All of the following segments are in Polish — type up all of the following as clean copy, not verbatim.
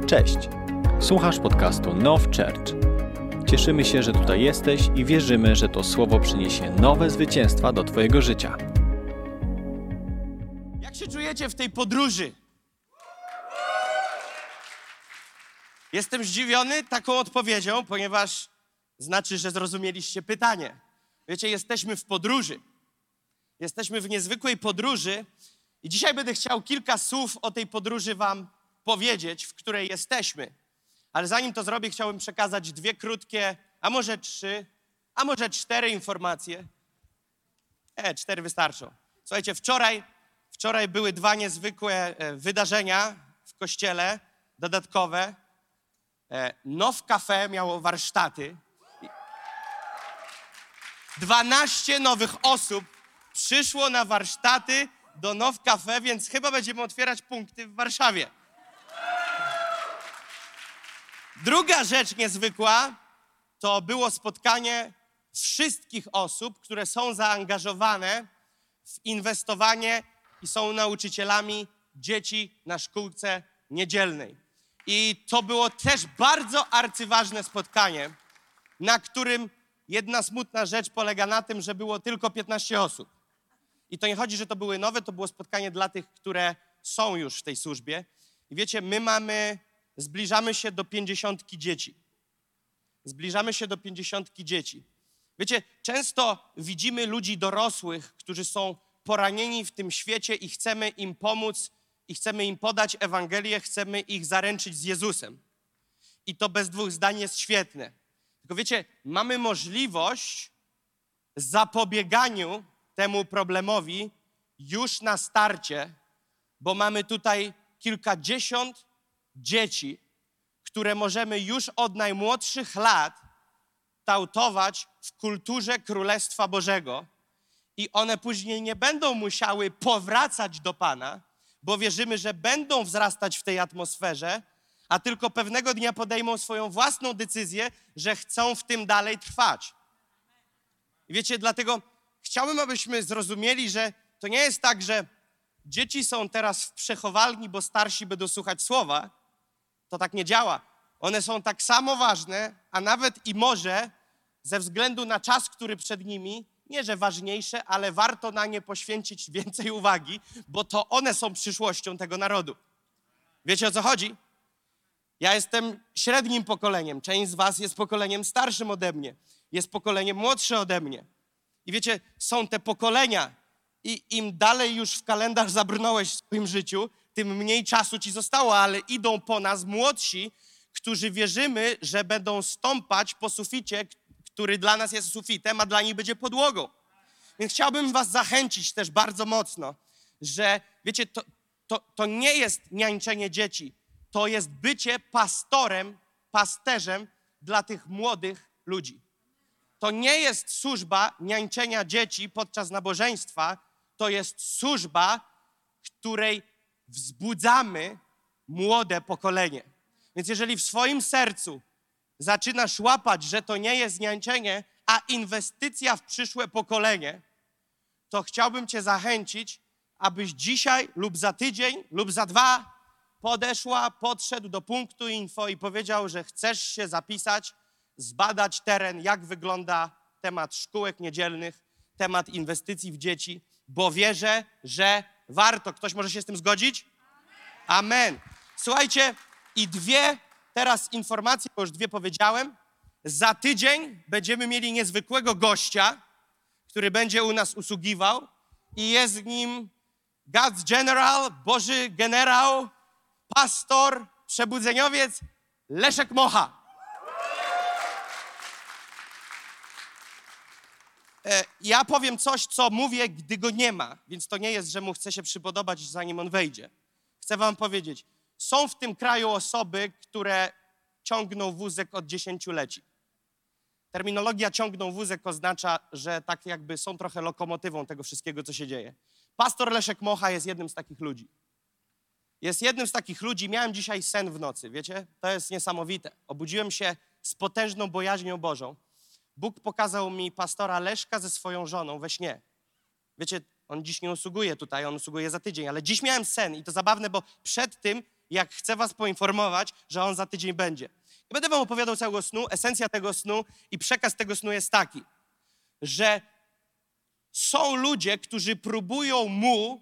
Cześć! Słuchasz podcastu Now Church. Cieszymy się, że tutaj jesteś i wierzymy, że to słowo przyniesie nowe zwycięstwa do Twojego życia. Jak się czujecie w tej podróży? Jestem zdziwiony taką odpowiedzią, ponieważ znaczy, że zrozumieliście pytanie. Wiecie, jesteśmy w podróży. Jesteśmy w niezwykłej podróży i dzisiaj będę chciał kilka słów o tej podróży wam powiedzieć, w której jesteśmy. Ale zanim to zrobię, chciałbym przekazać 2 krótkie, a może 3, a może 4 informacje. 4 wystarczą. Słuchajcie, wczoraj były 2 niezwykłe wydarzenia w kościele, dodatkowe. Now Cafe miało warsztaty. 12 nowych osób przyszło na warsztaty do Now Cafe, więc chyba będziemy otwierać punkty w Warszawie. Druga rzecz niezwykła to było spotkanie wszystkich osób, które są zaangażowane w inwestowanie i są nauczycielami dzieci na szkółce niedzielnej. I to było też bardzo arcyważne spotkanie, na którym jedna smutna rzecz polega na tym, że było tylko 15 osób. I to nie chodzi, że to były nowe, to było spotkanie dla tych, które są już w tej służbie. I wiecie, zbliżamy się do 50 dzieci. Zbliżamy się do 50 dzieci. Wiecie, często widzimy ludzi dorosłych, którzy są poranieni w tym świecie i chcemy im pomóc, i chcemy im podać Ewangelię, chcemy ich zaręczyć z Jezusem. I to bez 2 zdań jest świetne. Tylko wiecie, mamy możliwość zapobieganiu temu problemowi już na starcie, bo mamy tutaj kilkadziesiąt dzieci, które możemy już od najmłodszych lat tautować w kulturze Królestwa Bożego i one później nie będą musiały powracać do Pana, bo wierzymy, że będą wzrastać w tej atmosferze, a tylko pewnego dnia podejmą swoją własną decyzję, że chcą w tym dalej trwać. I wiecie, dlatego chciałbym, abyśmy zrozumieli, że to nie jest tak, że dzieci są teraz w przechowalni, bo starsi będą słuchać słowa. To tak nie działa. One są tak samo ważne, a nawet i może ze względu na czas, który przed nimi, nie że ważniejsze, ale warto na nie poświęcić więcej uwagi, bo to one są przyszłością tego narodu. Wiecie, o co chodzi? Ja jestem średnim pokoleniem. Część z was jest pokoleniem starszym ode mnie. Jest pokoleniem młodsze ode mnie. I wiecie, są te pokolenia i im dalej już w kalendarz zabrnąłeś w swoim życiu, tym mniej czasu ci zostało, ale idą po nas młodsi, którzy wierzymy, że będą stąpać po suficie, który dla nas jest sufitem, a dla nich będzie podłogą. Więc chciałbym was zachęcić też bardzo mocno, że wiecie, to nie jest niańczenie dzieci, to jest bycie pastorem, pasterzem dla tych młodych ludzi. To nie jest służba niańczenia dzieci podczas nabożeństwa, to jest służba, której wzbudzamy młode pokolenie. Więc jeżeli w swoim sercu zaczynasz łapać, że to nie jest niańczenie, a inwestycja w przyszłe pokolenie, to chciałbym cię zachęcić, abyś dzisiaj lub za tydzień lub za 2 podszedł do punktu info i powiedział, że chcesz się zapisać, zbadać teren, jak wygląda temat szkółek niedzielnych, temat inwestycji w dzieci, bo wierzę, że warto. Ktoś może się z tym zgodzić? Amen. Słuchajcie, i 2 teraz informacje, bo już 2 powiedziałem. Za tydzień będziemy mieli niezwykłego gościa, który będzie u nas usługiwał i jest nim God's General, Boży generał, pastor, przebudzeniowiec Leszek Mocha. Ja powiem coś, co mówię, gdy go nie ma, więc to nie jest, że mu chcę się przypodobać, zanim on wejdzie. Chcę wam powiedzieć, są w tym kraju osoby, które ciągną wózek od 10-leci. Terminologia ciągną wózek oznacza, że tak jakby są trochę lokomotywą tego wszystkiego, co się dzieje. Pastor Leszek Mocha jest jednym z takich ludzi. Jest jednym z takich ludzi. Miałem dzisiaj sen w nocy, wiecie? To jest niesamowite. Obudziłem się z potężną bojaźnią Bożą. Bóg pokazał mi pastora Leszka ze swoją żoną we śnie. Wiecie, on dziś nie usługuje tutaj, on usługuje za tydzień, ale dziś miałem sen i to zabawne, bo przed tym jak chcę was poinformować, że on za tydzień będzie. Nie będę wam opowiadał całego snu, esencja tego snu i przekaz tego snu jest taki, że są ludzie, którzy próbują mu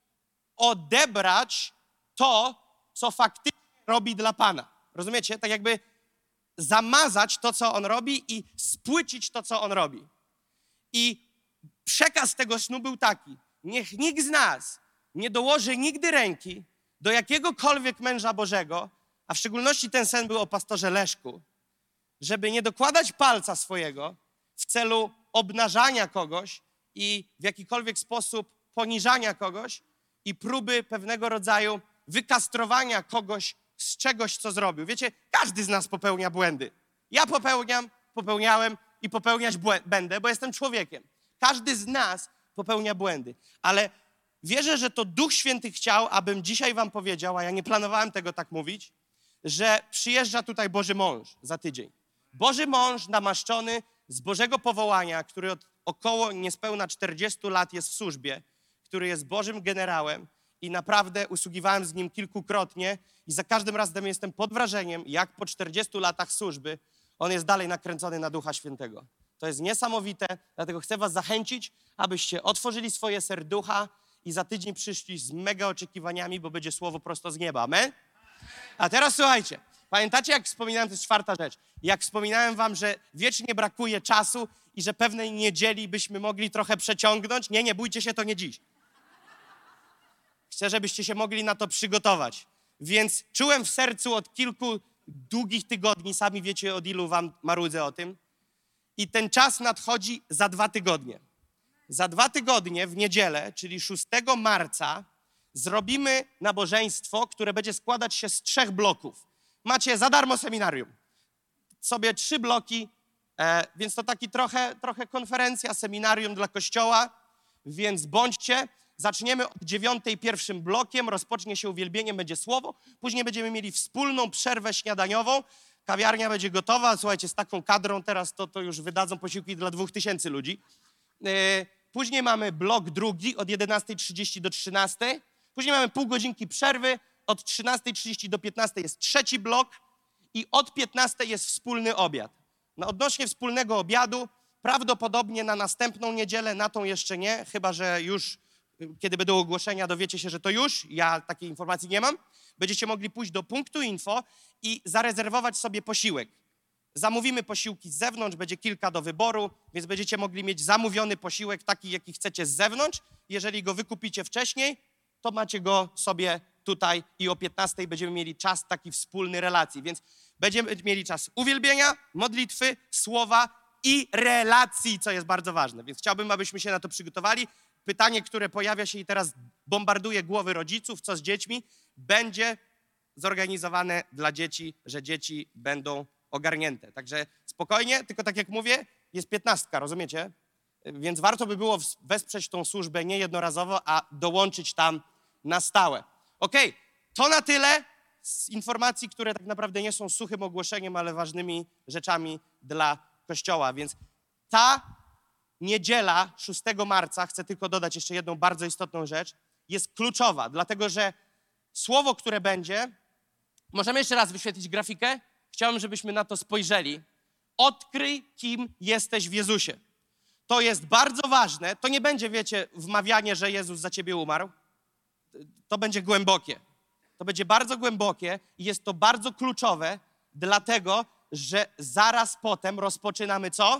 odebrać to, co faktycznie robi dla Pana. Rozumiecie? Tak jakby zamazać to, co on robi i spłycić to, co on robi. I przekaz tego snu był taki: niech nikt z nas nie dołoży nigdy ręki do jakiegokolwiek męża Bożego, a w szczególności ten sen był o pastorze Leszku, żeby nie dokładać palca swojego w celu obnażania kogoś i w jakikolwiek sposób poniżania kogoś i próby pewnego rodzaju wykastrowania kogoś z czegoś, co zrobił. Wiecie, każdy z nas popełnia błędy. Ja popełniałem i popełniać będę, bo jestem człowiekiem. Każdy z nas popełnia błędy, ale wierzę, że to Duch Święty chciał, abym dzisiaj wam powiedział, a ja nie planowałem tego tak mówić, że przyjeżdża tutaj Boży Mąż za tydzień. Boży Mąż namaszczony z Bożego powołania, który od około niespełna 40 lat jest w służbie, który jest Bożym generałem i naprawdę usługiwałem z nim kilkukrotnie i za każdym razem jestem pod wrażeniem, jak po 40 latach służby on jest dalej nakręcony na Ducha Świętego. To jest niesamowite, dlatego chcę was zachęcić, abyście otworzyli swoje serducha i za tydzień przyszli z mega oczekiwaniami, bo będzie słowo prosto z nieba. Amen? A teraz słuchajcie, pamiętacie, jak wspominałem, to jest czwarta rzecz, jak wspominałem wam, że wiecznie brakuje czasu i że pewnej niedzieli byśmy mogli trochę przeciągnąć? Nie bójcie się, to nie dziś. Chcę, żebyście się mogli na to przygotować. Więc czułem w sercu od kilku długich tygodni, sami wiecie, od ilu wam marudzę o tym, i ten czas nadchodzi za 2 tygodnie. Za 2 tygodnie w niedzielę, czyli 6 marca, zrobimy nabożeństwo, które będzie składać się z 3 bloków. Macie za darmo seminarium. Sobie 3 bloki, więc to taki trochę konferencja, seminarium dla Kościoła, więc bądźcie. Zaczniemy od 9:00 pierwszym blokiem, rozpocznie się uwielbieniem, będzie słowo, później będziemy mieli wspólną przerwę śniadaniową, kawiarnia będzie gotowa, słuchajcie, z taką kadrą teraz to już wydadzą posiłki dla 2000 ludzi. Później mamy blok drugi od 11:30 do 13:00, później mamy pół godzinki przerwy, od 13:30 do 15:00 jest trzeci blok i od 15:00 jest wspólny obiad. No, odnośnie wspólnego obiadu, prawdopodobnie na następną niedzielę, na tą jeszcze nie, chyba że już kiedy będą ogłoszenia, dowiecie się, że to już, ja takiej informacji nie mam, będziecie mogli pójść do punktu info i zarezerwować sobie posiłek. Zamówimy posiłki z zewnątrz, będzie kilka do wyboru, więc będziecie mogli mieć zamówiony posiłek taki, jaki chcecie z zewnątrz. Jeżeli go wykupicie wcześniej, to macie go sobie tutaj i o 15:00 będziemy mieli czas taki wspólny relacji. Więc będziemy mieli czas uwielbienia, modlitwy, słowa i relacji, co jest bardzo ważne. Więc chciałbym, abyśmy się na to przygotowali. Pytanie, które pojawia się i teraz bombarduje głowy rodziców, co z dziećmi, będzie zorganizowane dla dzieci, że dzieci będą ogarnięte. Także spokojnie, tylko tak jak mówię, jest 15, rozumiecie? Więc warto by było wesprzeć tą służbę nie jednorazowo, a dołączyć tam na stałe. Okej, to na tyle z informacji, które tak naprawdę nie są suchym ogłoszeniem, ale ważnymi rzeczami dla Kościoła. Więc ta niedziela 6 marca, chcę tylko dodać jeszcze jedną bardzo istotną rzecz, jest kluczowa, dlatego że słowo, które będzie, możemy jeszcze raz wyświetlić grafikę? Chciałbym, żebyśmy na to spojrzeli. Odkryj, kim jesteś w Jezusie. To jest bardzo ważne. To nie będzie, wiecie, wmawianie, że Jezus za ciebie umarł. To będzie głębokie. To będzie bardzo głębokie i jest to bardzo kluczowe, dlatego, że zaraz potem rozpoczynamy co?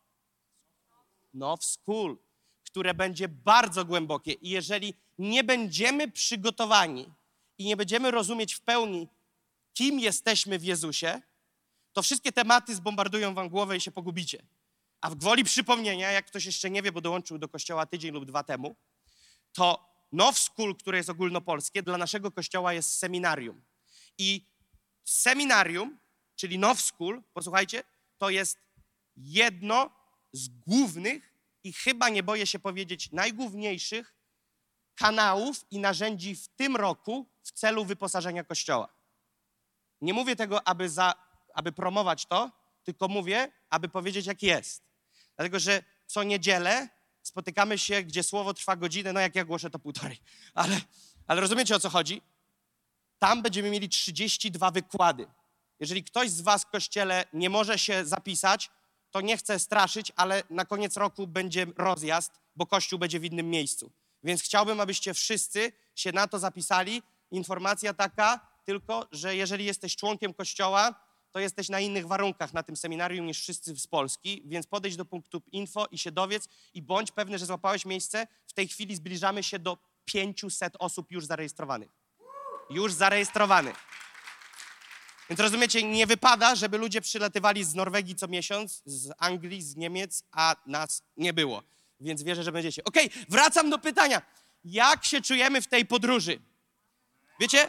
Now School, które będzie bardzo głębokie. I jeżeli nie będziemy przygotowani i nie będziemy rozumieć w pełni, kim jesteśmy w Jezusie, to wszystkie tematy zbombardują wam głowę i się pogubicie. A w gwoli przypomnienia, jak ktoś jeszcze nie wie, bo dołączył do kościoła tydzień lub 2 temu, to Now School, które jest ogólnopolskie, dla naszego kościoła jest seminarium. I seminarium, czyli Now School, posłuchajcie, to jest jedno z głównych i chyba nie boję się powiedzieć najgłówniejszych kanałów i narzędzi w tym roku w celu wyposażenia Kościoła. Nie mówię tego, aby promować to, tylko mówię, aby powiedzieć, jak jest. Dlatego, że co niedzielę spotykamy się, gdzie słowo trwa godzinę, no jak ja głoszę, to 1,5. Ale rozumiecie, o co chodzi? tam będziemy mieli 32 wykłady. Jeżeli ktoś z was w kościele nie może się zapisać, to nie chcę straszyć, ale na koniec roku będzie rozjazd, bo kościół będzie w innym miejscu. Więc chciałbym, abyście wszyscy się na to zapisali. Informacja taka tylko, że jeżeli jesteś członkiem kościoła, to jesteś na innych warunkach na tym seminarium niż wszyscy z Polski, więc podejdź do punktu info i się dowiedz i bądź pewny, że złapałeś miejsce. W tej chwili zbliżamy się do 500 osób już zarejestrowanych. Już zarejestrowanych. Więc rozumiecie, nie wypada, żeby ludzie przylatywali z Norwegii co miesiąc, z Anglii, z Niemiec, a nas nie było. Więc wierzę, że będziecie. Okej, wracam do pytania. Jak się czujemy w tej podróży? Wiecie,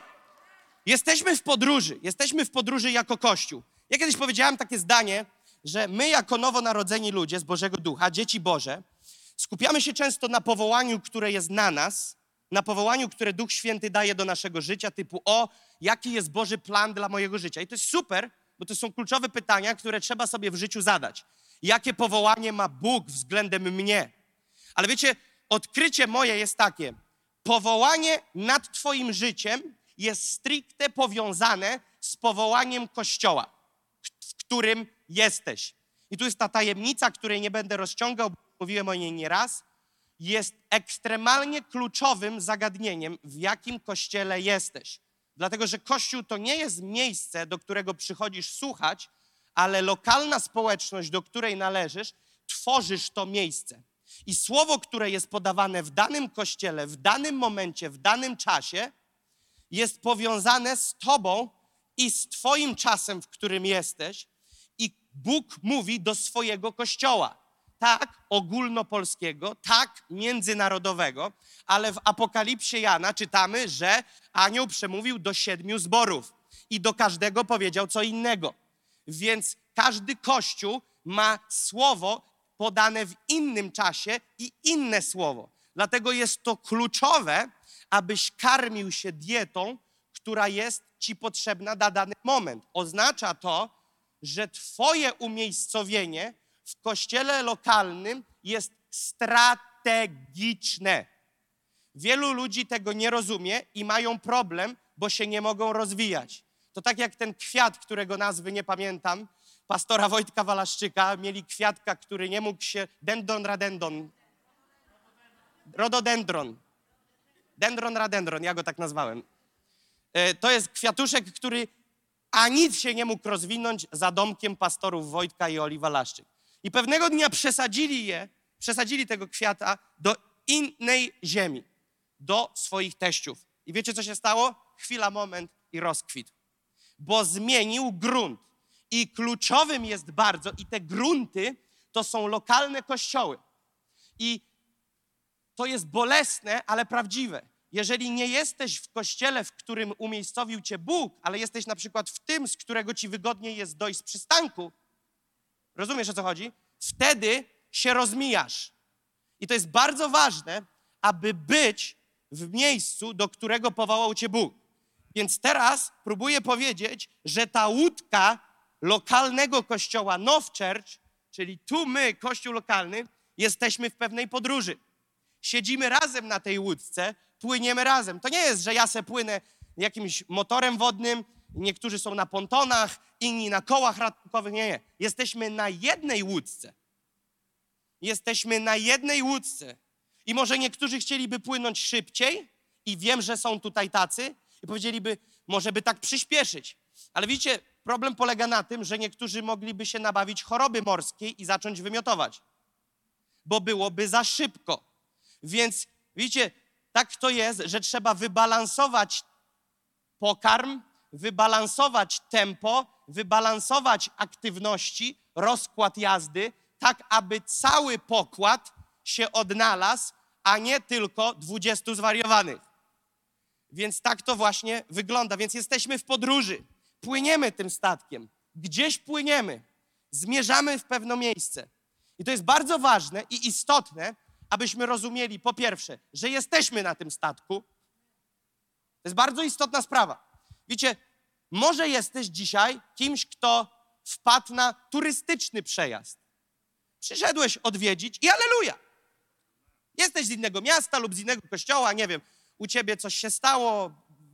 jesteśmy w podróży jako Kościół. Ja kiedyś powiedziałem takie zdanie, że my jako nowonarodzeni ludzie z Bożego Ducha, dzieci Boże, skupiamy się często na powołaniu, które jest na nas, na powołaniu, które Duch Święty daje do naszego życia, typu jaki jest Boży plan dla mojego życia. I to jest super, bo to są kluczowe pytania, które trzeba sobie w życiu zadać. Jakie powołanie ma Bóg względem mnie? Ale wiecie, odkrycie moje jest takie. Powołanie nad twoim życiem jest stricte powiązane z powołaniem Kościoła, w którym jesteś. I tu jest ta tajemnica, której nie będę rozciągał, bo mówiłem o niej nieraz. Jest ekstremalnie kluczowym zagadnieniem, w jakim kościele jesteś. Dlatego, że Kościół to nie jest miejsce, do którego przychodzisz słuchać, ale lokalna społeczność, do której należysz, tworzysz to miejsce. I słowo, które jest podawane w danym kościele, w danym momencie, w danym czasie, jest powiązane z tobą i z twoim czasem, w którym jesteś. I Bóg mówi do swojego kościoła. Tak ogólnopolskiego, tak międzynarodowego, ale w Apokalipsie Jana czytamy, że anioł przemówił do 7 zborów i do każdego powiedział co innego. Więc każdy kościół ma słowo podane w innym czasie i inne słowo. Dlatego jest to kluczowe, abyś karmił się dietą, która jest ci potrzebna na dany moment. Oznacza to, że twoje umiejscowienie w kościele lokalnym jest strategiczne. Wielu ludzi tego nie rozumie i mają problem, bo się nie mogą rozwijać. To tak jak ten kwiat, którego nazwy nie pamiętam, pastora Wojtka Walaszczyka, mieli kwiatka, który nie mógł się... Rododendron. Dendron, ja go tak nazwałem. To jest kwiatuszek, który nic się nie mógł rozwinąć za domkiem pastorów Wojtka i Oli Walaszczyk. I pewnego dnia przesadzili tego kwiata do innej ziemi, do swoich teściów. I wiecie, co się stało? Chwila, moment i rozkwitł. Bo zmienił grunt. I kluczowym jest bardzo, i te grunty to są lokalne kościoły. I to jest bolesne, ale prawdziwe. Jeżeli nie jesteś w kościele, w którym umiejscowił cię Bóg, ale jesteś na przykład w tym, z którego ci wygodniej jest dojść z przystanku, rozumiesz, o co chodzi? Wtedy się rozmijasz. I to jest bardzo ważne, aby być w miejscu, do którego powołał cię Bóg. Więc teraz próbuję powiedzieć, że ta łódka lokalnego kościoła Now Church, czyli tu my, kościół lokalny, jesteśmy w pewnej podróży. Siedzimy razem na tej łódce, płyniemy razem. To nie jest, że ja se płynę jakimś motorem wodnym, niektórzy są na pontonach, inni na kołach ratunkowych. Nie. Jesteśmy na jednej łódce. Jesteśmy na jednej łódce. I może niektórzy chcieliby płynąć szybciej i wiem, że są tutaj tacy i powiedzieliby, może by tak przyspieszyć. Ale widzicie, problem polega na tym, że niektórzy mogliby się nabawić choroby morskiej i zacząć wymiotować, bo byłoby za szybko. Więc widzicie, tak to jest, że trzeba wybalansować pokarm, wybalansować tempo, wybalansować aktywności, rozkład jazdy, tak aby cały pokład się odnalazł, a nie tylko 20 zwariowanych. Więc tak to właśnie wygląda. Więc jesteśmy w podróży, płyniemy tym statkiem, gdzieś płyniemy, zmierzamy w pewne miejsce. I to jest bardzo ważne i istotne, abyśmy rozumieli, po pierwsze, że jesteśmy na tym statku. To jest bardzo istotna sprawa. Wiecie, może jesteś dzisiaj kimś, kto wpadł na turystyczny przejazd. Przyszedłeś odwiedzić i alleluja. Jesteś z innego miasta lub z innego kościoła, nie wiem, u ciebie coś się stało,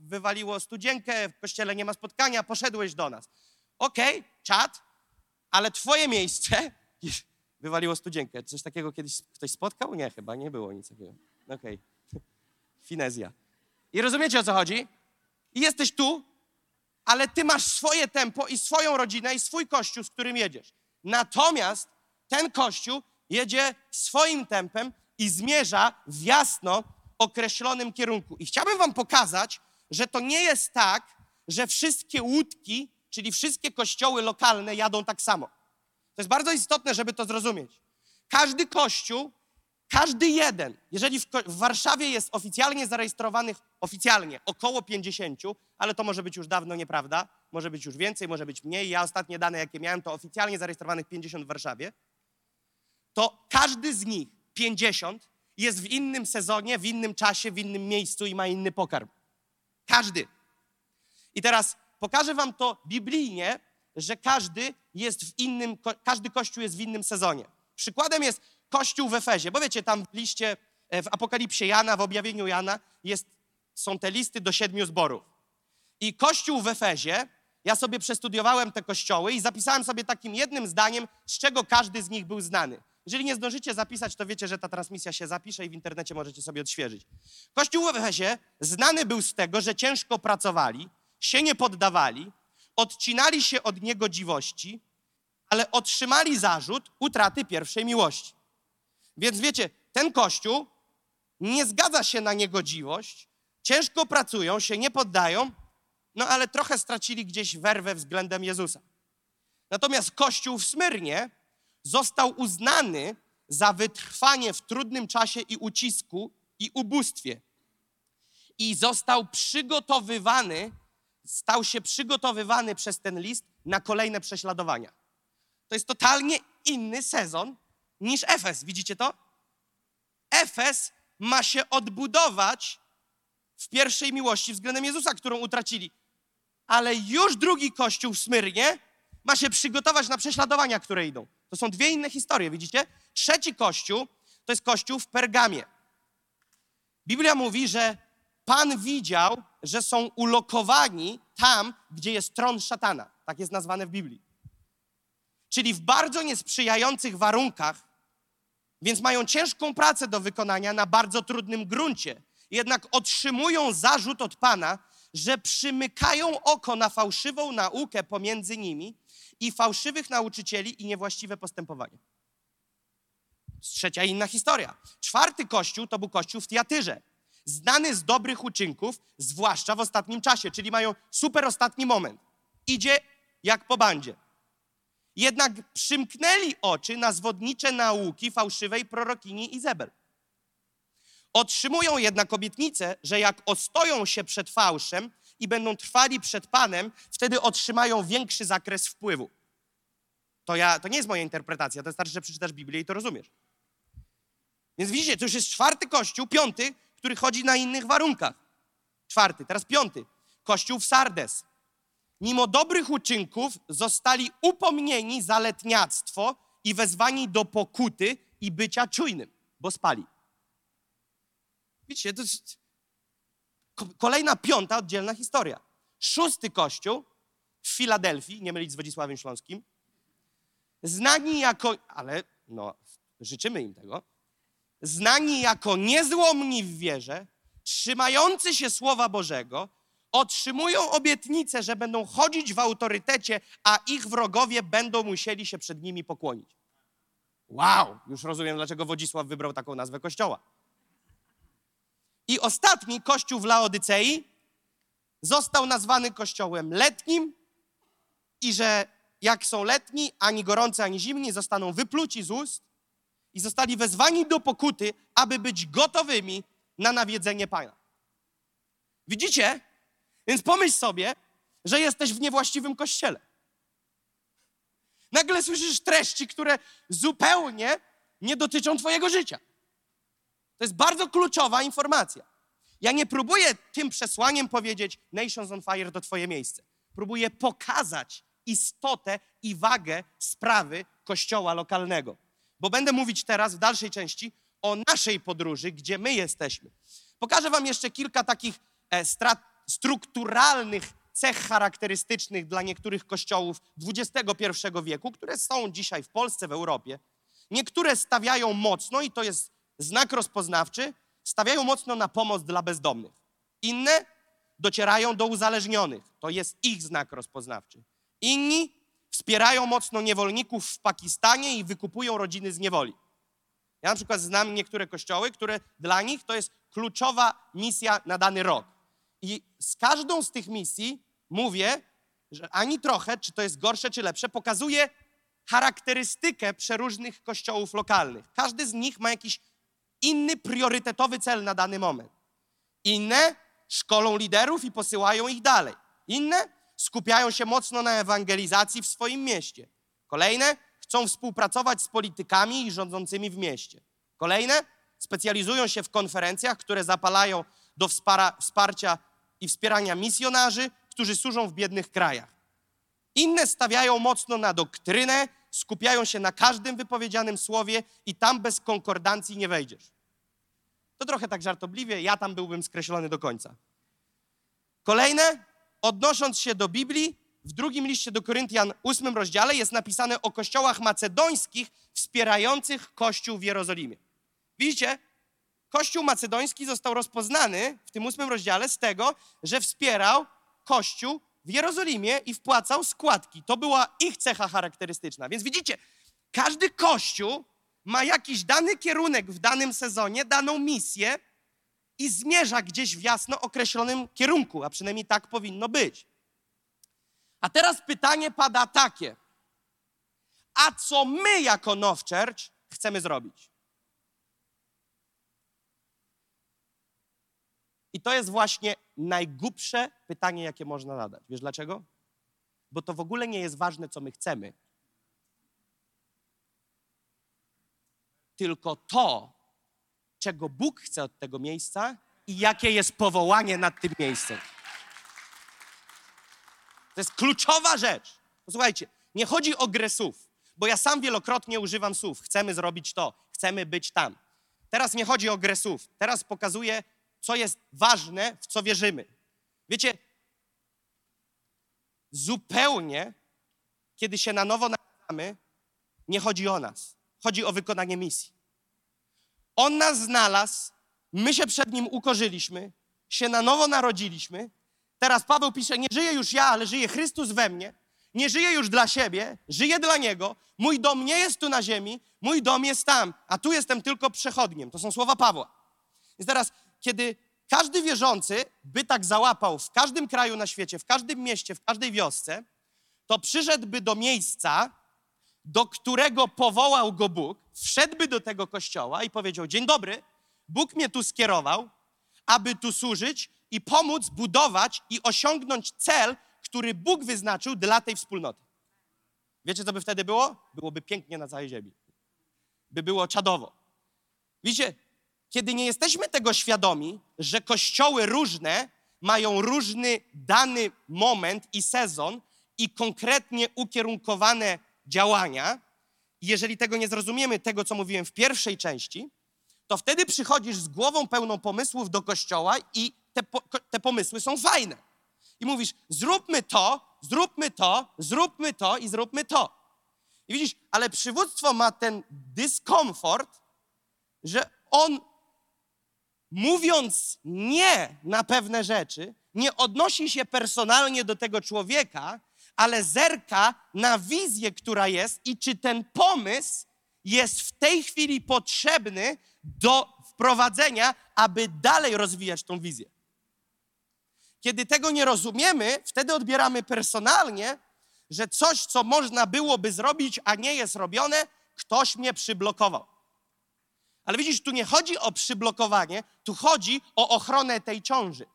wywaliło studzienkę, w kościele nie ma spotkania, poszedłeś do nas. Okej, czad, ale twoje miejsce wywaliło studzienkę. Coś takiego kiedyś ktoś spotkał? Nie, chyba nie było nic takiego. Okej. Finezja. I rozumiecie, o co chodzi? I jesteś tu, ale ty masz swoje tempo i swoją rodzinę i swój kościół, z którym jedziesz. Natomiast ten kościół jedzie swoim tempem i zmierza w jasno określonym kierunku. I chciałbym wam pokazać, że to nie jest tak, że wszystkie łódki, czyli wszystkie kościoły lokalne jadą tak samo. To jest bardzo istotne, żeby to zrozumieć. Każdy kościół, każdy jeden, jeżeli w Warszawie jest oficjalnie zarejestrowanych, około 50, ale to może być już dawno nieprawda, może być już więcej, może być mniej. Ja ostatnie dane, jakie miałem, to oficjalnie zarejestrowanych 50 w Warszawie, to każdy z nich, 50, jest w innym sezonie, w innym czasie, w innym miejscu i ma inny pokarm. Każdy. I teraz pokażę wam to biblijnie, że każdy kościół jest w innym sezonie. Przykładem jest kościół w Efezie, bo wiecie, tam w liście, w Apokalipsie Jana, w objawieniu Jana są te listy do 7 zborów. I kościół w Efezie, ja sobie przestudiowałem te kościoły i zapisałem sobie takim jednym zdaniem, z czego każdy z nich był znany. Jeżeli nie zdążycie zapisać, to wiecie, że ta transmisja się zapisze i w internecie możecie sobie odświeżyć. Kościół w Efezie znany był z tego, że ciężko pracowali, się nie poddawali, odcinali się od niegodziwości, ale otrzymali zarzut utraty pierwszej miłości. Więc wiecie, ten kościół nie zgadza się na niegodziwość, ciężko pracują, się nie poddają, no ale trochę stracili gdzieś werwę względem Jezusa. Natomiast kościół w Smyrnie został uznany za wytrwanie w trudnym czasie i ucisku i ubóstwie. I stał się przygotowywany przez ten list na kolejne prześladowania. To jest totalnie inny sezon niż Efes. Widzicie to? Efes ma się odbudować w pierwszej miłości względem Jezusa, którą utracili. Ale już drugi kościół w Smyrnie ma się przygotować na prześladowania, które idą. To są dwie inne historie, widzicie? Trzeci kościół to jest kościół w Pergamie. Biblia mówi, że Pan widział, że są ulokowani tam, gdzie jest tron szatana. Tak jest nazwane w Biblii. Czyli w bardzo niesprzyjających warunkach, więc mają ciężką pracę do wykonania na bardzo trudnym gruncie. Jednak otrzymują zarzut od Pana, że przymykają oko na fałszywą naukę pomiędzy nimi i fałszywych nauczycieli i niewłaściwe postępowanie. Trzecia inna historia. Czwarty kościół to był kościół w Tiatyrze. Znany z dobrych uczynków, zwłaszcza w ostatnim czasie, czyli mają super ostatni moment. Idzie jak po bandzie. Jednak przymknęli oczy na zwodnicze nauki fałszywej prorokini Izebel. Otrzymują jednak obietnicę, że jak ostoją się przed fałszem i będą trwali przed Panem, wtedy otrzymają większy zakres wpływu. To nie jest moja interpretacja, to wystarczy, że przeczytasz Biblię i to rozumiesz. Więc widzicie, to już jest czwarty kościół, piąty, który chodzi na innych warunkach. Czwarty, teraz piąty. Kościół w Sardes. Mimo dobrych uczynków zostali upomnieni za letniactwo i wezwani do pokuty i bycia czujnym, bo spali. Widzicie, to jest kolejna piąta oddzielna historia. Szósty kościół w Filadelfii, nie mylić z Wodzisławiem Śląskim, znani jako, życzymy im tego, znani jako niezłomni w wierze, trzymający się Słowa Bożego, otrzymują obietnicę, że będą chodzić w autorytecie, a ich wrogowie będą musieli się przed nimi pokłonić. Wow, już rozumiem, dlaczego Wodzisław wybrał taką nazwę kościoła. I ostatni kościół w Laodycei został nazwany kościołem letnim i że jak są letni, ani gorący, ani zimni, zostaną wypluci z ust i zostali wezwani do pokuty, aby być gotowymi na nawiedzenie Pana. Widzicie? Więc pomyśl sobie, że jesteś w niewłaściwym kościele. Nagle słyszysz treści, które zupełnie nie dotyczą twojego życia. To jest bardzo kluczowa informacja. Ja nie próbuję tym przesłaniem powiedzieć Nations on Fire to twoje miejsce. Próbuję pokazać istotę i wagę sprawy kościoła lokalnego. Bo będę mówić teraz w dalszej części o naszej podróży, gdzie my jesteśmy. Pokażę wam jeszcze kilka takich strukturalnych cech charakterystycznych dla niektórych kościołów XXI wieku, które są dzisiaj w Polsce, w Europie. Niektóre stawiają mocno, i to jest znak rozpoznawczy, stawiają mocno na pomoc dla bezdomnych. Inne docierają do uzależnionych. To jest ich znak rozpoznawczy. Inni wspierają mocno niewolników w Pakistanie i wykupują rodziny z niewoli. Ja na przykład znam niektóre kościoły, które dla nich to jest kluczowa misja na dany rok. I z każdą z tych misji mówię, że ani trochę, czy to jest gorsze, czy lepsze, pokazuje charakterystykę przeróżnych kościołów lokalnych. Każdy z nich ma jakiś inny priorytetowy cel na dany moment. Inne szkolą liderów i posyłają ich dalej. Inne skupiają się mocno na ewangelizacji w swoim mieście. Kolejne chcą współpracować z politykami i rządzącymi w mieście. Kolejne specjalizują się w konferencjach, które zapalają do wsparcia i wspierania misjonarzy, którzy służą w biednych krajach. Inne stawiają mocno na doktrynę, skupiają się na każdym wypowiedzianym słowie i tam bez konkordancji nie wejdziesz. To trochę tak żartobliwie, ja tam byłbym skreślony do końca. Kolejne, odnosząc się do Biblii, w drugim liście do Koryntian, 8 rozdziale jest napisane o kościołach macedońskich wspierających Kościół w Jerozolimie. Widzicie, Kościół macedoński został rozpoznany w tym 8 rozdziale z tego, że wspierał Kościół w Jerozolimie i wpłacał składki. To była ich cecha charakterystyczna. Więc widzicie, każdy Kościół ma jakiś dany kierunek w danym sezonie, daną misję i zmierza gdzieś w jasno określonym kierunku, a przynajmniej tak powinno być. A teraz pytanie pada takie: a co my jako Now Church chcemy zrobić? I to jest właśnie najgłupsze pytanie, jakie można zadać. Wiesz dlaczego? Bo to w ogóle nie jest ważne, co my chcemy. Tylko to, czego Bóg chce od tego miejsca i jakie jest powołanie nad tym miejscem. To jest kluczowa rzecz. Posłuchajcie, nie chodzi o grę słów, bo ja sam wielokrotnie używam słów. Chcemy zrobić to, chcemy być tam. Teraz nie chodzi o grę słów. Teraz pokazuję, co jest ważne, w co wierzymy. Wiecie, zupełnie, kiedy się na nowo narodzamy, nie chodzi o nas. Chodzi o wykonanie misji. On nas znalazł, my się przed Nim ukorzyliśmy, się na nowo narodziliśmy. Teraz Paweł pisze, nie żyję już ja, ale żyje Chrystus we mnie. Nie żyję już dla siebie, żyję dla Niego. Mój dom nie jest tu na ziemi, mój dom jest tam, a tu jestem tylko przechodniem. To są słowa Pawła. Więc teraz, kiedy każdy wierzący by tak załapał w każdym kraju na świecie, w każdym mieście, w każdej wiosce, to przyszedłby do miejsca, do którego powołał go Bóg, wszedłby do tego kościoła i powiedział: dzień dobry, Bóg mnie tu skierował, aby tu służyć i pomóc budować i osiągnąć cel, który Bóg wyznaczył dla tej wspólnoty. Wiecie, co by wtedy było? Byłoby pięknie na całej ziemi. By było czadowo. Widzicie, kiedy nie jesteśmy tego świadomi, że kościoły różne mają różny dany moment i sezon i konkretnie ukierunkowane działania, i jeżeli tego nie zrozumiemy, tego, co mówiłem w pierwszej części, to wtedy przychodzisz z głową pełną pomysłów do kościoła i te pomysły są fajne. I mówisz: zróbmy to, zróbmy to, zróbmy to i zróbmy to. I widzisz, ale przywództwo ma ten dyskomfort, że on, mówiąc nie na pewne rzeczy, nie odnosi się personalnie do tego człowieka, ale zerka na wizję, która jest i czy ten pomysł jest w tej chwili potrzebny do wprowadzenia, aby dalej rozwijać tą wizję. Kiedy tego nie rozumiemy, wtedy odbieramy personalnie, że coś, co można byłoby zrobić, a nie jest robione, ktoś mnie przyblokował. Ale widzisz, tu nie chodzi o przyblokowanie, tu chodzi o ochronę tej ciąży.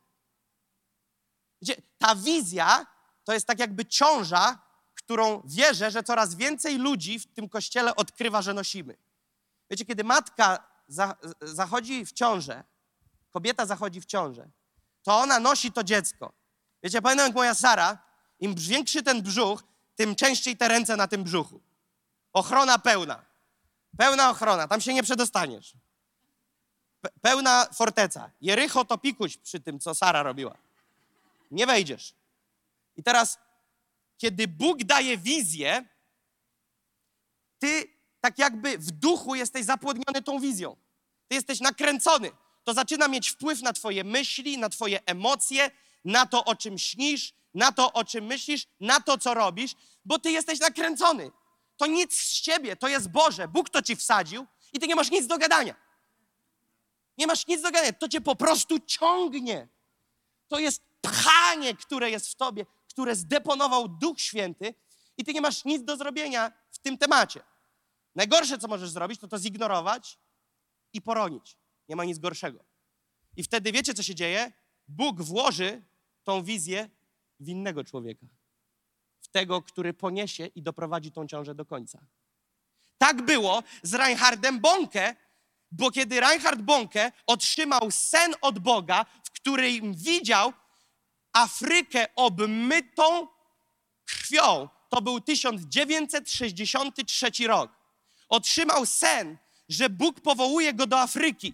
Wiecie, ta wizja to jest tak jakby ciąża, którą wierzę, że coraz więcej ludzi w tym kościele odkrywa, że nosimy. Wiecie, kiedy matka zachodzi w ciążę, kobieta zachodzi w ciążę, to ona nosi to dziecko. Wiecie, pamiętam jak moja Sara, im większy ten brzuch, tym częściej te ręce na tym brzuchu. Ochrona pełna. Pełna ochrona, tam się nie przedostaniesz. Pełna forteca. Jericho to pikuś przy tym, co Sara robiła. nie wejdziesz. I teraz, kiedy Bóg daje wizję, ty tak jakby w duchu jesteś zapłodniony tą wizją. Ty jesteś nakręcony. To zaczyna mieć wpływ na twoje myśli, na twoje emocje, na to, o czym śnisz, na to, o czym myślisz, na to, co robisz, bo ty jesteś nakręcony. To nic z ciebie, to jest Boże. Bóg to ci wsadził i ty nie masz nic do gadania. Nie masz nic do gadania. To cię po prostu ciągnie. To jest pchanie, które jest w tobie, które zdeponował Duch Święty i ty nie masz nic do zrobienia w tym temacie. Najgorsze, co możesz zrobić, to zignorować i poronić. Nie ma nic gorszego. I wtedy wiecie, co się dzieje? Bóg włoży tą wizję w innego człowieka. W tego, który poniesie i doprowadzi tą ciążę do końca. Tak było z Reinhardem Bonke, bo kiedy Reinhard Bonke otrzymał sen od Boga, w którym widział Afrykę obmytą krwią, to był 1963 rok. Otrzymał sen, że Bóg powołuje go do Afryki.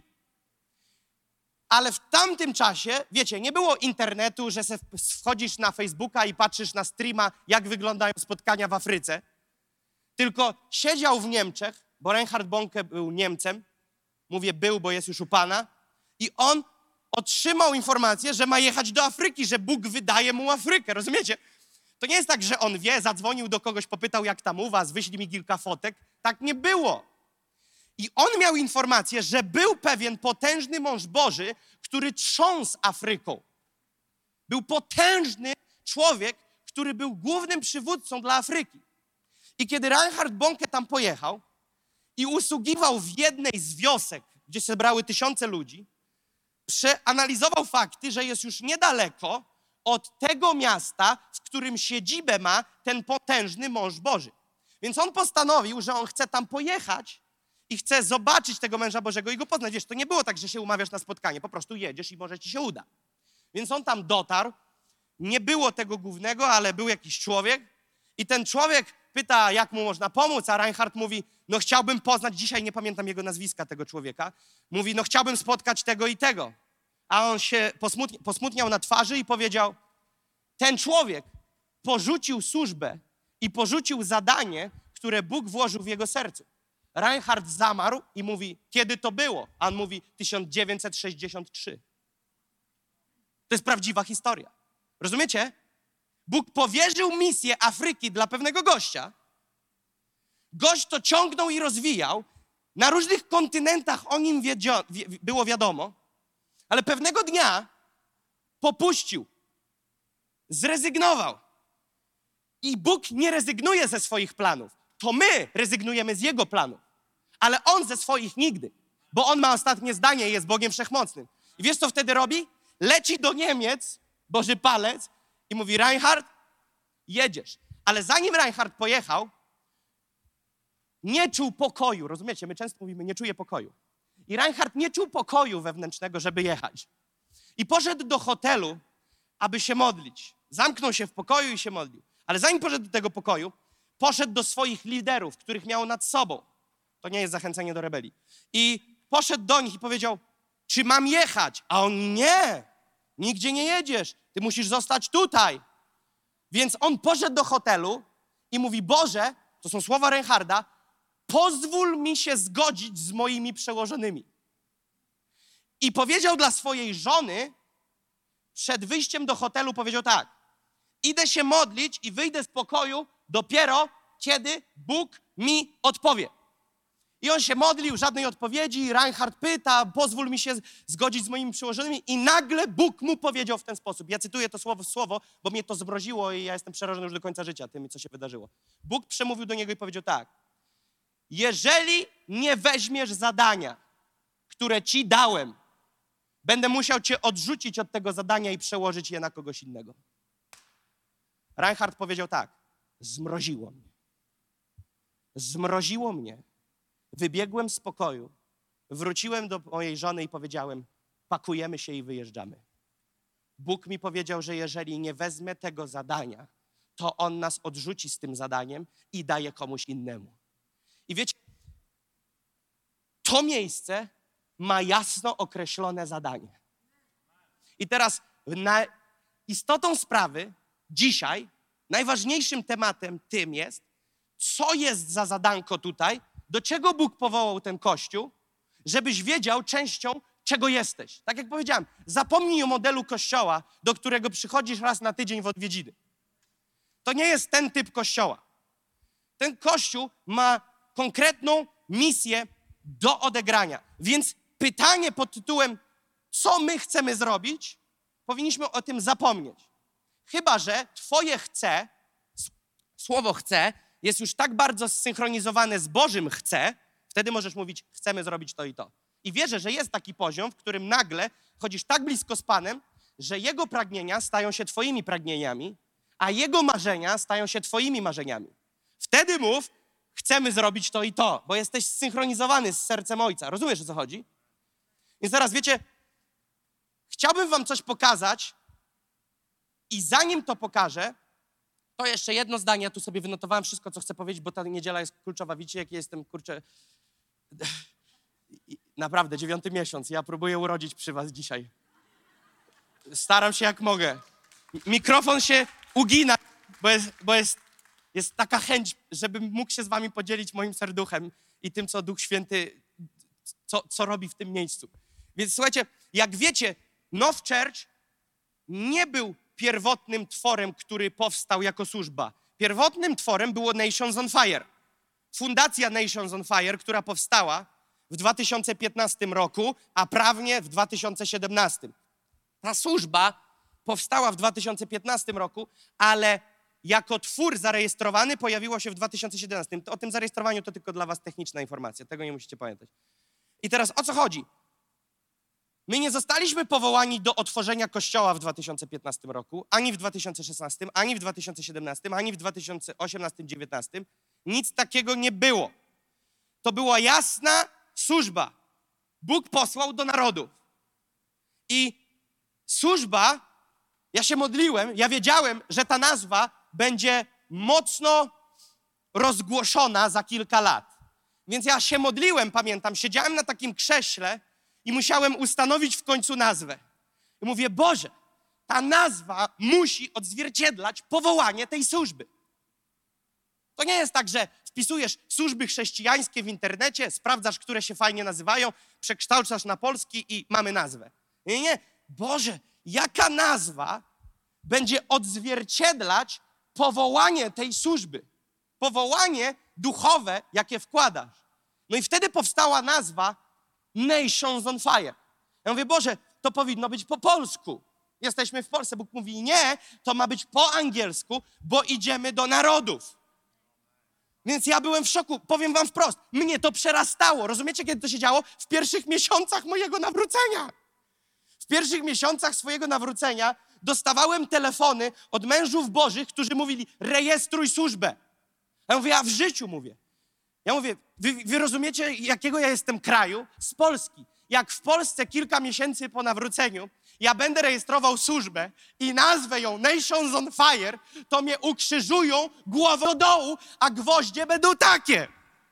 Ale w tamtym czasie, wiecie, nie było internetu, że wchodzisz na Facebooka i patrzysz na streama, jak wyglądają spotkania w Afryce. Tylko siedział w Niemczech, bo Reinhard Bonke był Niemcem. Mówię był, bo jest już u Pana. I on otrzymał informację, że ma jechać do Afryki, że Bóg wydaje mu Afrykę, rozumiecie? To nie jest tak, że on wie, zadzwonił do kogoś, popytał, jak tam u was, wyślij mi kilka fotek. Tak nie było. I on miał informację, że był pewien potężny mąż Boży, który trząsł Afryką. Był potężny człowiek, który był głównym przywódcą dla Afryki. I kiedy Reinhard Bonke tam pojechał i usługiwał w jednej z wiosek, gdzie zebrały tysiące ludzi, przeanalizował fakty, że jest już niedaleko od tego miasta, w którym siedzibę ma ten potężny mąż Boży. Więc on postanowił, że on chce tam pojechać i chce zobaczyć tego męża Bożego i go poznać. Wiesz, to nie było tak, że się umawiasz na spotkanie, po prostu jedziesz i może ci się uda. Więc on tam dotarł, nie było tego głównego, ale był jakiś człowiek i ten człowiek pyta, jak mu można pomóc, a Reinhard mówi, no chciałbym poznać, dzisiaj nie pamiętam jego nazwiska, tego człowieka, mówi, no chciałbym spotkać tego i tego. A on się posmutniał na twarzy i powiedział, ten człowiek porzucił służbę i porzucił zadanie, które Bóg włożył w jego sercu. Reinhard zamarł i mówi, kiedy to było? A on mówi, 1963. To jest prawdziwa historia. Rozumiecie? Bóg powierzył misję Afryki dla pewnego gościa. Gość to ciągnął i rozwijał. Na różnych kontynentach o nim było wiadomo, ale pewnego dnia popuścił, zrezygnował. I Bóg nie rezygnuje ze swoich planów. To my rezygnujemy z Jego planów. Ale On ze swoich nigdy, bo On ma ostatnie zdanie i jest Bogiem Wszechmocnym. I wiesz, co wtedy robi? Leci do Niemiec, Boży palec, i mówi, Reinhard, jedziesz. Ale zanim Reinhard pojechał, nie czuł pokoju. Rozumiecie? My często mówimy, nie czuję pokoju. I Reinhard nie czuł pokoju wewnętrznego, żeby jechać. I poszedł do hotelu, aby się modlić. Zamknął się w pokoju i się modlił. Ale zanim poszedł do tego pokoju, poszedł do swoich liderów, których miał nad sobą. To nie jest zachęcenie do rebelii. I poszedł do nich i powiedział, czy mam jechać? A on, nie, nigdzie nie jedziesz. Ty musisz zostać tutaj. Więc on poszedł do hotelu i mówi, Boże, to są słowa Reinharda, pozwól mi się zgodzić z moimi przełożonymi. I powiedział dla swojej żony, przed wyjściem do hotelu powiedział tak, idę się modlić i wyjdę z pokoju dopiero, kiedy Bóg mi odpowie. I on się modlił, żadnej odpowiedzi, Reinhard pyta, pozwól mi się zgodzić z moimi przełożonymi i nagle Bóg mu powiedział w ten sposób. Ja cytuję to słowo w słowo, bo mnie to zmroziło i ja jestem przerażony już do końca życia tym, co się wydarzyło. Bóg przemówił do niego i powiedział tak, jeżeli nie weźmiesz zadania, które ci dałem, będę musiał cię odrzucić od tego zadania i przełożyć je na kogoś innego. Reinhard powiedział tak, zmroziło mnie. Zmroziło mnie. Wybiegłem z pokoju, wróciłem do mojej żony i powiedziałem, pakujemy się i wyjeżdżamy. Bóg mi powiedział, że jeżeli nie wezmę tego zadania, to On nas odrzuci z tym zadaniem i daje komuś innemu. I wiecie, to miejsce ma jasno określone zadanie. I teraz istotą sprawy dzisiaj najważniejszym tematem tym jest, co jest za zadanko tutaj, do czego Bóg powołał ten Kościół, żebyś wiedział częścią, czego jesteś. Tak jak powiedziałem, zapomnij o modelu Kościoła, do którego przychodzisz raz na tydzień w odwiedziny. To nie jest ten typ Kościoła. Ten Kościół ma konkretną misję do odegrania. Więc pytanie pod tytułem, co my chcemy zrobić, powinniśmy o tym zapomnieć. Chyba że twoje chcę, słowo chcę, jest już tak bardzo zsynchronizowane z Bożym chcę, wtedy możesz mówić, chcemy zrobić to i to. I wierzę, że jest taki poziom, w którym nagle chodzisz tak blisko z Panem, że Jego pragnienia stają się twoimi pragnieniami, a Jego marzenia stają się twoimi marzeniami. Wtedy mów, chcemy zrobić to i to, bo jesteś zsynchronizowany z sercem Ojca. Rozumiesz, o co chodzi? Więc teraz, wiecie, chciałbym wam coś pokazać i zanim to pokażę, to jeszcze jedno zdanie. Ja tu sobie wynotowałem wszystko, co chcę powiedzieć, bo ta niedziela jest kluczowa. Widzicie, jaki jestem, kurczę, naprawdę 9. miesiąc. Ja próbuję urodzić przy was dzisiaj. Staram się jak mogę. Mikrofon się ugina, bo jest taka chęć, żebym mógł się z wami podzielić moim serduchem i tym, co Duch Święty, co robi w tym miejscu. Więc słuchajcie, jak wiecie, Now Church nie był pierwotnym tworem, który powstał jako służba. Pierwotnym tworem było Nations on Fire. Fundacja Nations on Fire, która powstała w 2015 roku, a prawnie w 2017. Ta służba powstała w 2015 roku, ale jako twór zarejestrowany pojawiło się w 2017. O tym zarejestrowaniu to tylko dla was techniczna informacja. Tego nie musicie pamiętać. I teraz o co chodzi? My nie zostaliśmy powołani do otworzenia Kościoła w 2015 roku, ani w 2016, ani w 2017, ani w 2018-2019. Nic takiego nie było. To była jasna służba. Bóg posłał do narodów. I służba, ja się modliłem, ja wiedziałem, że ta nazwa będzie mocno rozgłoszona za kilka lat. Więc ja się modliłem, pamiętam, siedziałem na takim krześle i musiałem ustanowić w końcu nazwę. I mówię, Boże, ta nazwa musi odzwierciedlać powołanie tej służby. To nie jest tak, że wpisujesz służby chrześcijańskie w internecie, sprawdzasz, które się fajnie nazywają, przekształcasz na polski i mamy nazwę. Nie, nie. Boże, jaka nazwa będzie odzwierciedlać powołanie tej służby? Powołanie duchowe, jakie wkładasz. No i wtedy powstała nazwa Nations on Fire. Ja mówię, Boże, to powinno być po polsku. Jesteśmy w Polsce. Bóg mówi, nie, to ma być po angielsku, bo idziemy do narodów. Więc ja byłem w szoku. Powiem wam wprost, mnie to przerastało. Rozumiecie, kiedy to się działo? W pierwszych miesiącach mojego nawrócenia. W pierwszych miesiącach swojego nawrócenia dostawałem telefony od mężów bożych, którzy mówili, rejestruj służbę. Ja mówię, ja w życiu mówię. Ja mówię, wy rozumiecie, jakiego ja jestem kraju? Z Polski. Jak w Polsce kilka miesięcy po nawróceniu ja będę rejestrował służbę i nazwę ją Nations on Fire, to mnie ukrzyżują głową do dołu, a gwoździe będą takie.